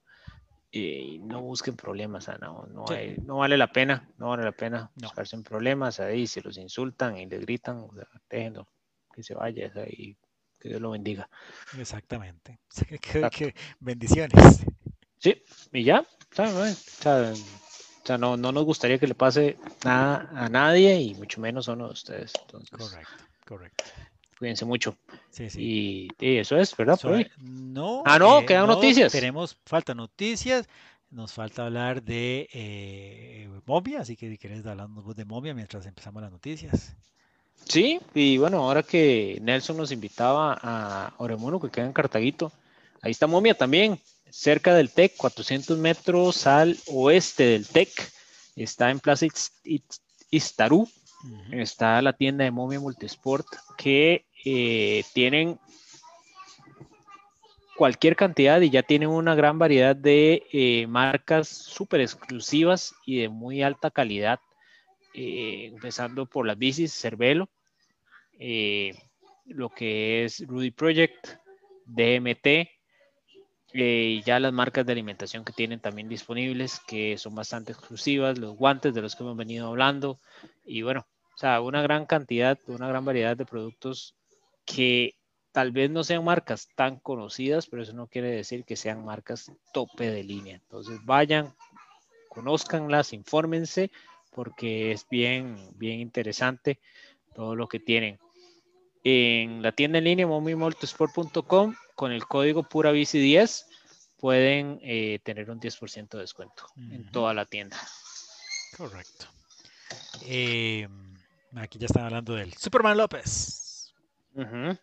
y no busquen problemas, o sea, no, no, sí, hay, no vale la pena, no vale la pena no, buscarse en problemas ahí, si los insultan y les gritan, o sea, déjenlo, que se vaya, o sea, y que Dios lo bendiga. exactamente. Qué, Exacto. qué bendiciones. Sí, y ya, o sea, no, o sea, o sea, no, no nos gustaría que le pase nada a nadie y mucho menos a uno de ustedes. Entonces, Correcto, correcto. cuídense mucho. Sí, sí. Y, y eso es, ¿verdad? Por Suave. hoy. No, Ah, no, eh, quedan no, noticias. tenemos, falta noticias, nos falta hablar de eh, momia, así que si quieres hablarnos de momia mientras empezamos las noticias. Sí, y bueno, ahora que Nelson nos invitaba a Oremono, que queda en Cartaguito, ahí está Momia también, cerca del TEC, cuatrocientos metros al oeste del TEC. Está en Plaza Istarú, Ujú, está la tienda de Momia Multisport, que eh, tienen cualquier cantidad y ya tienen una gran variedad de eh, marcas súper exclusivas y de muy alta calidad, eh, empezando por las bicis Cervelo, eh, lo que es Rudy Project, D M T, eh, ya las marcas de alimentación que tienen también disponibles, que son bastante exclusivas, los guantes de los que hemos venido hablando, y bueno, o sea, una gran cantidad, una gran variedad de productos que tal vez no sean marcas tan conocidas, pero eso no quiere decir que sean marcas tope de línea. Entonces vayan, conózcanlas, infórmense, porque es bien, bien interesante todo lo que tienen. En la tienda en línea momimultisport punto com con el código purabici diez pueden eh, tener un diez por ciento de descuento en ujú, toda la tienda. correcto. Eh, aquí ya están hablando del Superman López. Uh -huh.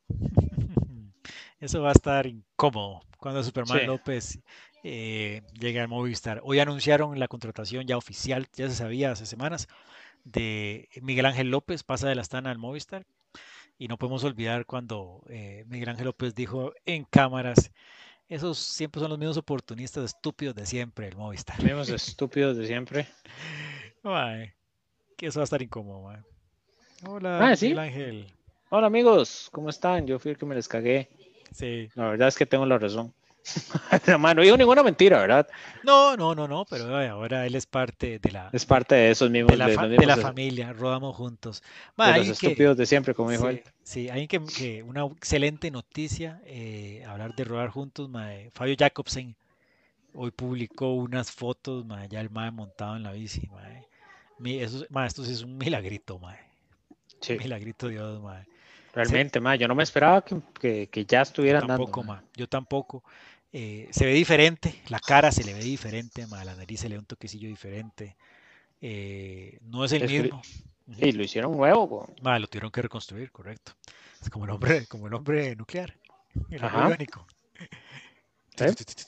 Eso va a estar incómodo cuando Sí, Superman López eh, llegue al Movistar. Hoy anunciaron la contratación ya oficial, ya se sabía hace semanas, de Miguel Ángel López, pasa de la Astana al Movistar. Y no podemos olvidar cuando eh, Miguel Ángel López dijo en cámaras, esos siempre son los mismos oportunistas estúpidos de siempre, el Movistar. mismos estúpidos de siempre. Mae, que eso va a estar incómodo, mae. Hola, Ah, Miguel sí. Ángel. Hola amigos, ¿cómo están? Yo fui el que me les cagué. Sí. La verdad es que tengo la razón. No, no digo ninguna mentira, ¿verdad? No, no, no, no, pero eh, ahora él es parte de la, Es de, parte de esos de mismos, la, de fa- los de mismos, la familia, rodamos juntos. Ma, de los alguien que, estúpidos de siempre, como dijo él. sí, sí, alguien que, que una excelente noticia, eh, hablar de rodar juntos, ma, eh, Fabio Jacobsen hoy publicó unas fotos, ma, ya el mae montado en la bici, ma, eh. Mi- eso, ma, esto sí es un milagrito, ma, eh, un Sí, milagrito de Dios, ma. Se- realmente, ma, yo no me esperaba que, que, que ya yo estuviera andando, tampoco, ma. ma, yo tampoco. Eh, se ve diferente, la cara se le ve diferente, ma, la nariz se le ve un toquecillo diferente. Eh, no es el Es que mismo, Ujú. Y lo hicieron nuevo, weón. Mae, lo tuvieron que reconstruir, correcto. Es como el hombre, como el hombre nuclear, el hombre Ajá, biónico. sí.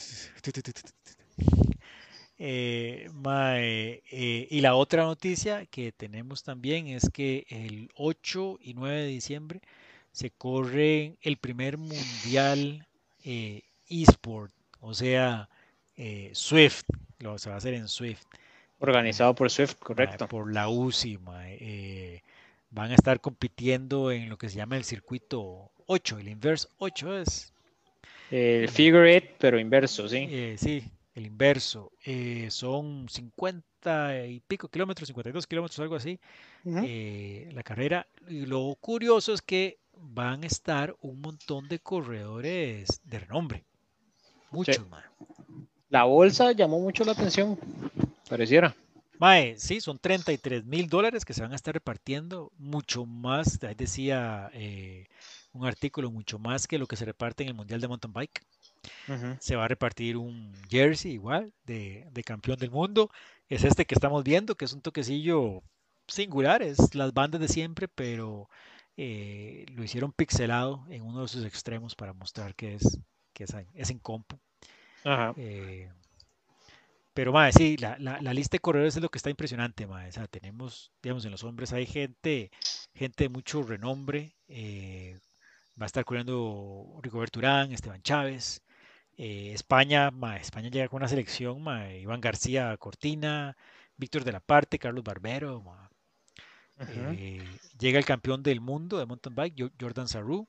Eh, mae, eh, y la otra noticia que tenemos también es que el ocho y nueve de diciembre se corre el primer mundial eh, eSport, o sea, eh, Swift, lo se va a hacer en Swift, eh, Organizado por Swift, mae, correcto. por la U C I, mae, eh, van a estar compitiendo en lo que se llama el circuito ocho, el Inverse ocho es. El eh, figure eight, pero inverso, sí. eh, sí, el inverso. Eh, son cincuenta y pico kilómetros, cincuenta y dos kilómetros, algo así, Ujú. eh, la carrera. Y lo curioso es que van a estar un montón de corredores de renombre, Sí. muchos, mae. La bolsa llamó mucho la atención, pareciera. Mae, sí, son treinta y tres mil dólares que se van a estar repartiendo, mucho más, ahí decía eh, un artículo, mucho más que lo que se reparte en el Mundial de Mountain Bike. Ujú. Se va a repartir un jersey igual de, de campeón del mundo. Es este que estamos viendo, que es un toquecillo singular, es las bandas de siempre, pero eh, lo hicieron pixelado en uno de sus extremos para mostrar que es, que es, es en compu. Ajá. Eh, pero, mae, sí, la, la, la lista de corredores es lo que está impresionante, mae. O sea, tenemos, digamos, en los hombres hay gente, gente de mucho renombre. eh, va a estar corriendo Rigoberto Urán, Esteban Chávez. Eh, España, ma, España llega con una selección, ma, Iván García Cortina, Víctor de la Parte, Carlos Barbero, ma. Ujú. Eh, llega el campeón del mundo de mountain bike, Jo- Jordan Sarru.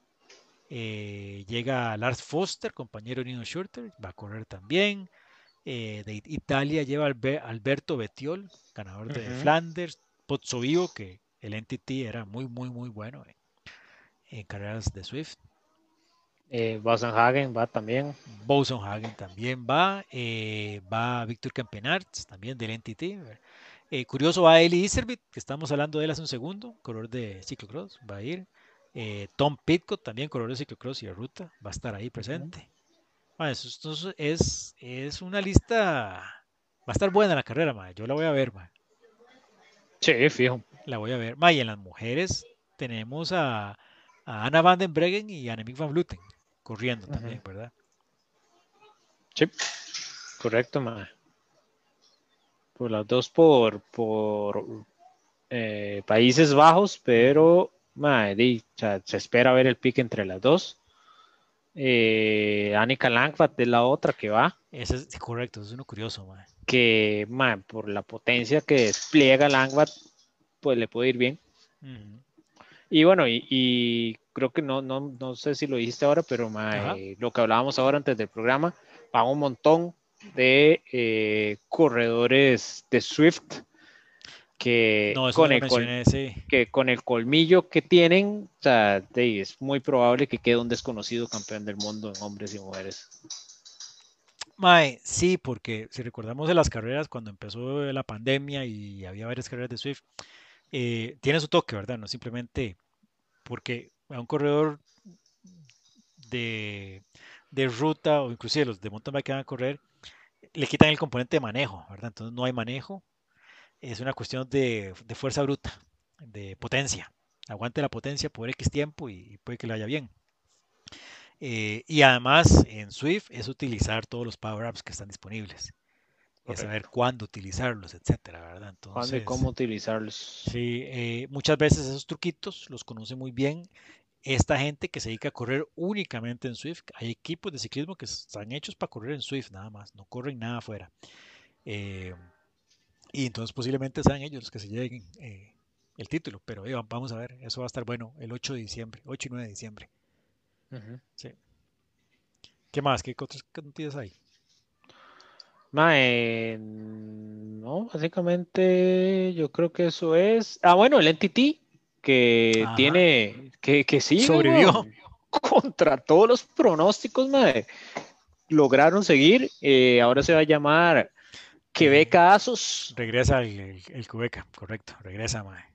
Eh, llega Lars Foster, compañero de Nino Schurter, va a correr también. Eh, de Italia lleva Albe- Alberto Bettiol, ganador de Ujú. Flanders. Pozzovivo, que el N T T era muy, muy, muy bueno en, en carreras de Swift. Eh, Hagen va también. Boson Hagen también va, eh, va Víctor Campenarts, también del N T T. Eh, curioso, va Eli Iservit, que estamos hablando de él hace un segundo, corredor de ciclocross, va a ir. Eh, Tom Pitcock, también corredor de ciclocross y de ruta, va a estar ahí Ujú. presente. Ma, eso, esto es, es una lista, va a estar buena la carrera, ma, yo la voy a ver, ma, Sí, fijo. la voy a ver. Ma, y en las mujeres tenemos a, a Anna van den Breggen y a Annemiek van Vleuten corriendo Ujú. también, ¿verdad? Sí, correcto, mae. Por las dos por, por eh, Países Bajos, Ujú. pero mae, di, o sea, se espera ver el pique entre las dos. Eh, Annika Langfat es la otra que va, Ese es correcto, eso es uno curioso, mae. que mae, por la potencia que despliega Langfat, pues le puede ir bien. Ujú. Y bueno, y, y creo que no, no, no sé si lo dijiste ahora, pero Ajá. mae, lo que hablábamos ahora antes del programa, van un montón de eh, corredores de Swift que No, eso no con lo el, col, mencioné, sí. que con el colmillo que tienen, o sea, de, es muy probable que quede un desconocido campeón del mundo en hombres y mujeres. Mae, sí, porque si recordamos de las carreras cuando empezó la pandemia y había varias carreras de Swift, eh, tiene su toque, ¿verdad? No simplemente porque a un corredor de, de ruta o inclusive los de mountain bike que van a correr, le quitan el componente de manejo, ¿verdad? Entonces no hay manejo, es una cuestión de, de fuerza bruta, de potencia. Aguante la potencia por X tiempo y, y puede que le vaya bien. Eh, y además en Swift es utilizar todos los power-ups que están disponibles. Es saber Correcto. cuándo utilizarlos, etcétera, ¿verdad? ¿Cuándo y Entonces, cómo utilizarlos? sí, eh, muchas veces esos truquitos los conoce muy bien esta gente que se dedica a correr únicamente en Swift. Hay equipos de ciclismo que están hechos para correr en Swift nada más, no corren nada afuera. Eh, y entonces posiblemente sean ellos los que se lleven eh, el título, pero eh, vamos a ver, eso va a estar bueno el ocho de diciembre, ocho y nueve de diciembre. Uh -huh. Sí. ¿Qué más? ¿Qué otras noticias hay? Mae, no, básicamente yo creo que eso es. Ah, bueno, el N T T que Ajá, tiene, que, que sigue, sobrevivió. weón, contra todos los pronósticos, mae. Lograron seguir. Eh, ahora se va a llamar Eh, Quebec Asos. regresa el, el, el Cubeca, correcto, regresa, mae.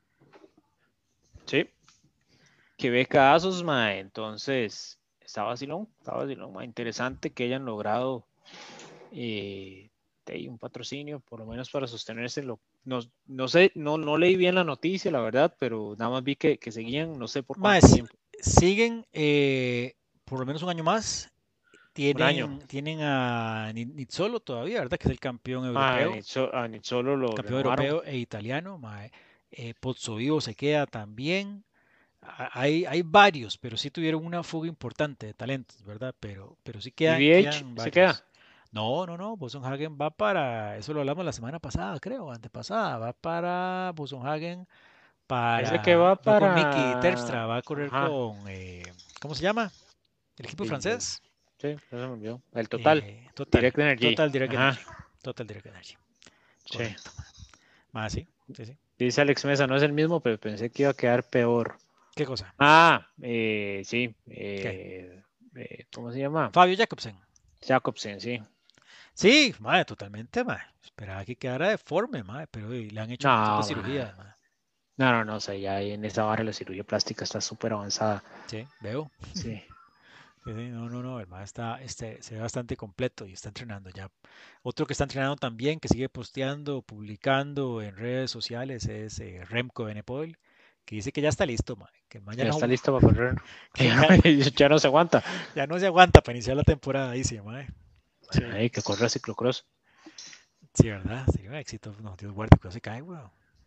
Sí, Quebec Asos, mae. Entonces, está vacilón, está vacilón, mae. Interesante que hayan logrado. Eh, de un patrocinio, por lo menos para sostenerse. Lo, no, no sé, no, no leí bien la noticia, la verdad, pero nada más vi que, que seguían, no sé por Mae, cuánto si- tiempo. siguen eh, por lo menos un año más. Un año. Tienen, tienen a Ni- Nizzolo todavía, ¿verdad? Que es el campeón Ah, europeo, ni, so- ah, ni solo lo campeón renovaron. europeo e italiano. Mae. Eh, Pozzovivo se queda también. A- Hay, hay varios, pero sí tuvieron una fuga importante de talentos, ¿verdad? Pero, pero sí ¿Y quedan, V H quedan se queda? varios. No, no, no. Hagen va para, eso lo hablamos la semana pasada, creo, antepasada. Va para Hagen Ese que para, va va con Nicky Terpstra, para... va a correr Ajá. con, eh, ¿cómo se llama? El equipo Y yo- francés. sí, eso me olvidó. El total. Eh, Total, Direct Energy. Total Direct Ajá. Energy. Total Direct Energy. Sí. Correcto. Más sí, sí, sí. Dice Alex Mesa, no es el mismo, pero pensé que iba a quedar peor. ¿Qué cosa? Ah, eh, sí. ¿Qué? eh, eh, ¿cómo se llama? Fabio Jacobsen. Jacobsen, sí. Sí, madre, totalmente, madre. Esperaba que quedara deforme, madre, pero eh, le han hecho un montón de No, man. cirugías, madre. No, no, no, o sea, ya en esa barra la cirugía plástica está súper avanzada. Sí, veo. Sí. Sí, sí, no, no, no, el mae está, este, se ve bastante completo y está entrenando ya. Otro que está entrenando también, que sigue posteando, publicando en redes sociales, es eh, Remco Evenepoel, que dice que ya está listo, mae, que el mae ya Ya está no, listo para correr. que Ya no, ya, ya no se aguanta. ya no se aguanta para iniciar la temporada, dice, mae. Bueno, Sí, hay que correr ciclocross. sí, ¿verdad? Sería un éxito. No, Dios guarde, que no se cae, weón.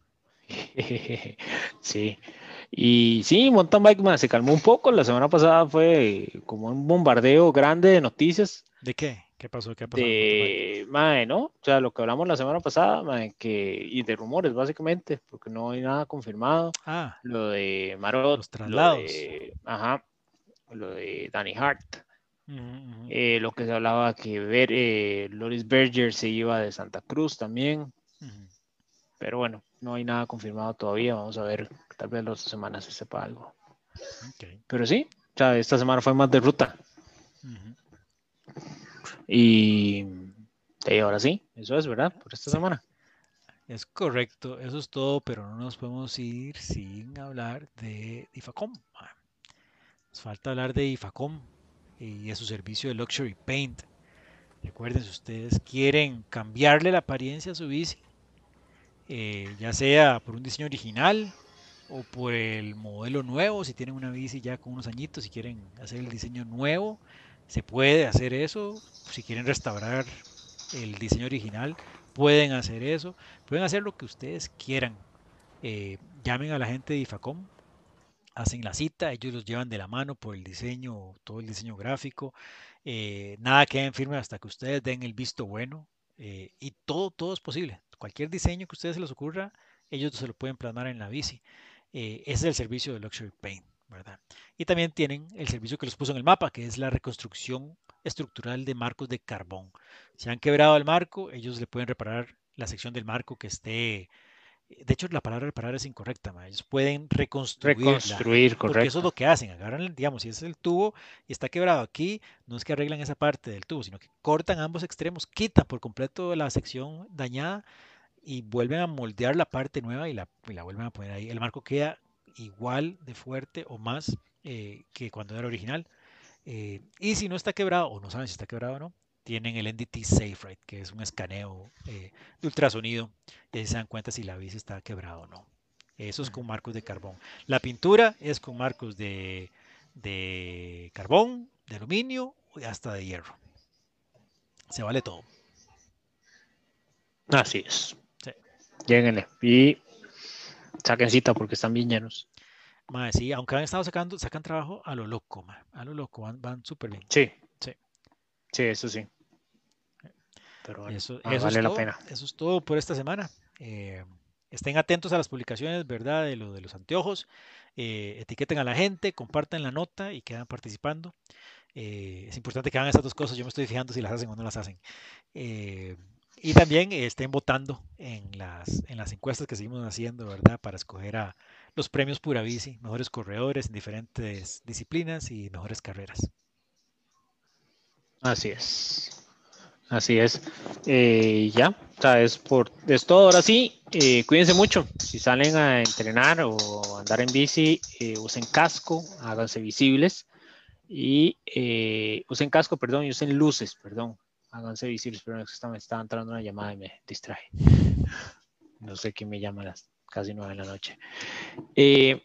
Sí. Y sí, mountain bike, man, se calmó un poco. La semana pasada fue como un bombardeo grande de noticias ¿De qué? ¿Qué pasó? ¿Qué ha pasado en el mountain bike? de, mae, ¿no? O sea, lo que hablamos la semana pasada, mae, que, y de rumores, básicamente, porque no hay nada confirmado. Ah, Lo de Marot, los lo traslados. de, ajá, lo de Danny Hart. Ujú, ujú, Eh, lo que se hablaba que ver, eh, Loris Berger se iba de Santa Cruz también. ujú. Pero bueno, no hay nada confirmado todavía. Vamos a ver, tal vez las semanas se sepa algo. Ok. Pero sí, o sea, esta semana fue más de ruta. Ujú. Y, y ahora sí, eso es, ¿verdad? Por esta Sí, semana. es correcto. Eso es todo, pero no nos podemos ir sin hablar de IFACOM. mae. Nos falta hablar de IFACOM y de su servicio de Luxury Paint. Recuerden, si ustedes quieren cambiarle la apariencia a su bici, eh, ya sea por un diseño original o por el modelo nuevo, si tienen una bici ya con unos añitos y quieren hacer el diseño nuevo, se puede hacer eso. Si quieren restaurar el diseño original, pueden hacer eso. Pueden hacer lo que ustedes quieran. Eh, llamen a la gente de IFACOM, hacen la cita, ellos los llevan de la mano por el diseño, todo el diseño gráfico. Eh, nada queda en firme hasta que ustedes den el visto bueno. Eh, y todo, todo es posible. Cualquier diseño que a ustedes se les ocurra, ellos se lo pueden plasmar en la bici. Eh, ese es el servicio de Luxury Paint, ¿verdad? Y también tienen el servicio que los puso en el mapa, que es la reconstrucción estructural de marcos de carbón. Si han quebrado el marco, ellos le pueden reparar la sección del marco que esté. De hecho, la palabra reparar es incorrecta, ma. Ellos pueden reconstruirla, Reconstruir, porque eso es correcto. lo que hacen. Agarran, digamos, si es el tubo y está quebrado aquí, no es que arreglan esa parte del tubo, sino que cortan ambos extremos, quitan por completo la sección dañada y vuelven a moldear la parte nueva y la, y la vuelven a poner ahí. El marco queda igual de fuerte o más eh, que cuando era original. Eh, y si no está quebrado, o no saben si está quebrado o no, tienen el N D T SafeRide, que es un escaneo eh, de ultrasonido, y ahí se dan cuenta si la bici está quebrada o no. Eso es con marcos de carbón. La pintura es con marcos de, de carbón, de aluminio y hasta de hierro. Se vale todo. Así es. Sí. Lléguenle. Y saquen cita porque están bien llenos. Mae, sí, aunque han estado sacando, sacan trabajo a lo loco, mae, a lo loco, van, van súper bien. Sí, Sí. sí, eso sí. Pero bueno, Eso, ah, eso es vale la todo, pena. eso es todo por esta semana. Eh, estén atentos a las publicaciones, ¿verdad? De lo de los anteojos. Eh, etiqueten a la gente, compartan la nota y quedan participando. Eh, es importante que hagan estas dos cosas. Yo me estoy fijando si las hacen o no las hacen. Eh, y también eh, estén votando en las, en las encuestas que seguimos haciendo, ¿verdad? Para escoger a los premios Pura Bici, mejores corredores en diferentes disciplinas y mejores carreras. Así es. Así es. Eh, ya, o sea, es, por, es todo. Ahora sí, eh, cuídense mucho. Si salen a entrenar o andar en bici, eh, usen casco, háganse visibles y eh, usen casco, perdón, y usen luces, perdón. háganse visibles, pero es que está- me estaba entrando una llamada y me distraje. No sé quién me llama a las casi nueve de la noche. Eh,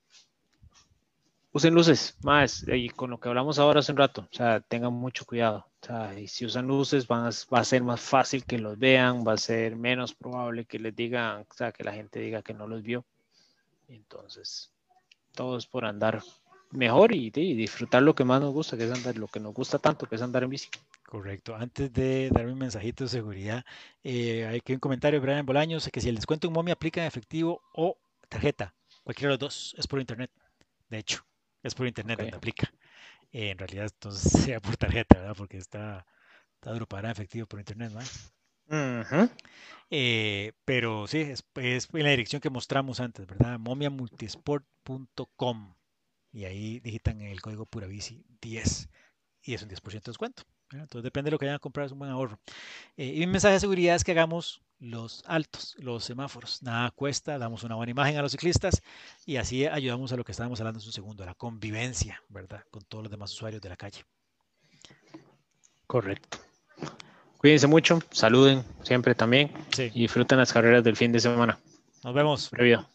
usen luces, más, y con lo que hablamos ahora hace un rato, o sea, tengan mucho cuidado. O sea, y si usan luces, van a, va a ser más fácil que los vean, va a ser menos probable que les digan, o sea, que la gente diga que no los vio. Entonces, todo es por andar mejor y, y disfrutar lo que más nos gusta, que es andar, lo que nos gusta tanto, que es andar en bici. Correcto. Antes de darme un mensajito de seguridad, eh, hay que un comentario de Brian Bolaños que si el descuento en Momi aplica en efectivo o tarjeta, cualquiera de los dos, es por internet. De hecho, es por internet Ok. donde aplica. Eh, en realidad, entonces sea por tarjeta, ¿verdad? Porque está, está agrupada en efectivo por internet, ¿no? Ujú. Eh, pero sí, es, es en la dirección que mostramos antes, ¿verdad? momia multisport punto com y ahí digitan el código PuraBici diez y es un diez por ciento de descuento. ¿Verdad? Entonces depende de lo que vayan a comprar, es un buen ahorro. Eh, y mi mensaje de seguridad es que hagamos los altos, los semáforos. Nada cuesta, damos una buena imagen a los ciclistas y así ayudamos a lo que estábamos hablando hace un segundo, a la convivencia, ¿verdad? Con todos los demás usuarios de la calle. Correcto. Cuídense mucho, saluden siempre también Sí, y disfruten las carreras del fin de semana. nos vemos. Previo.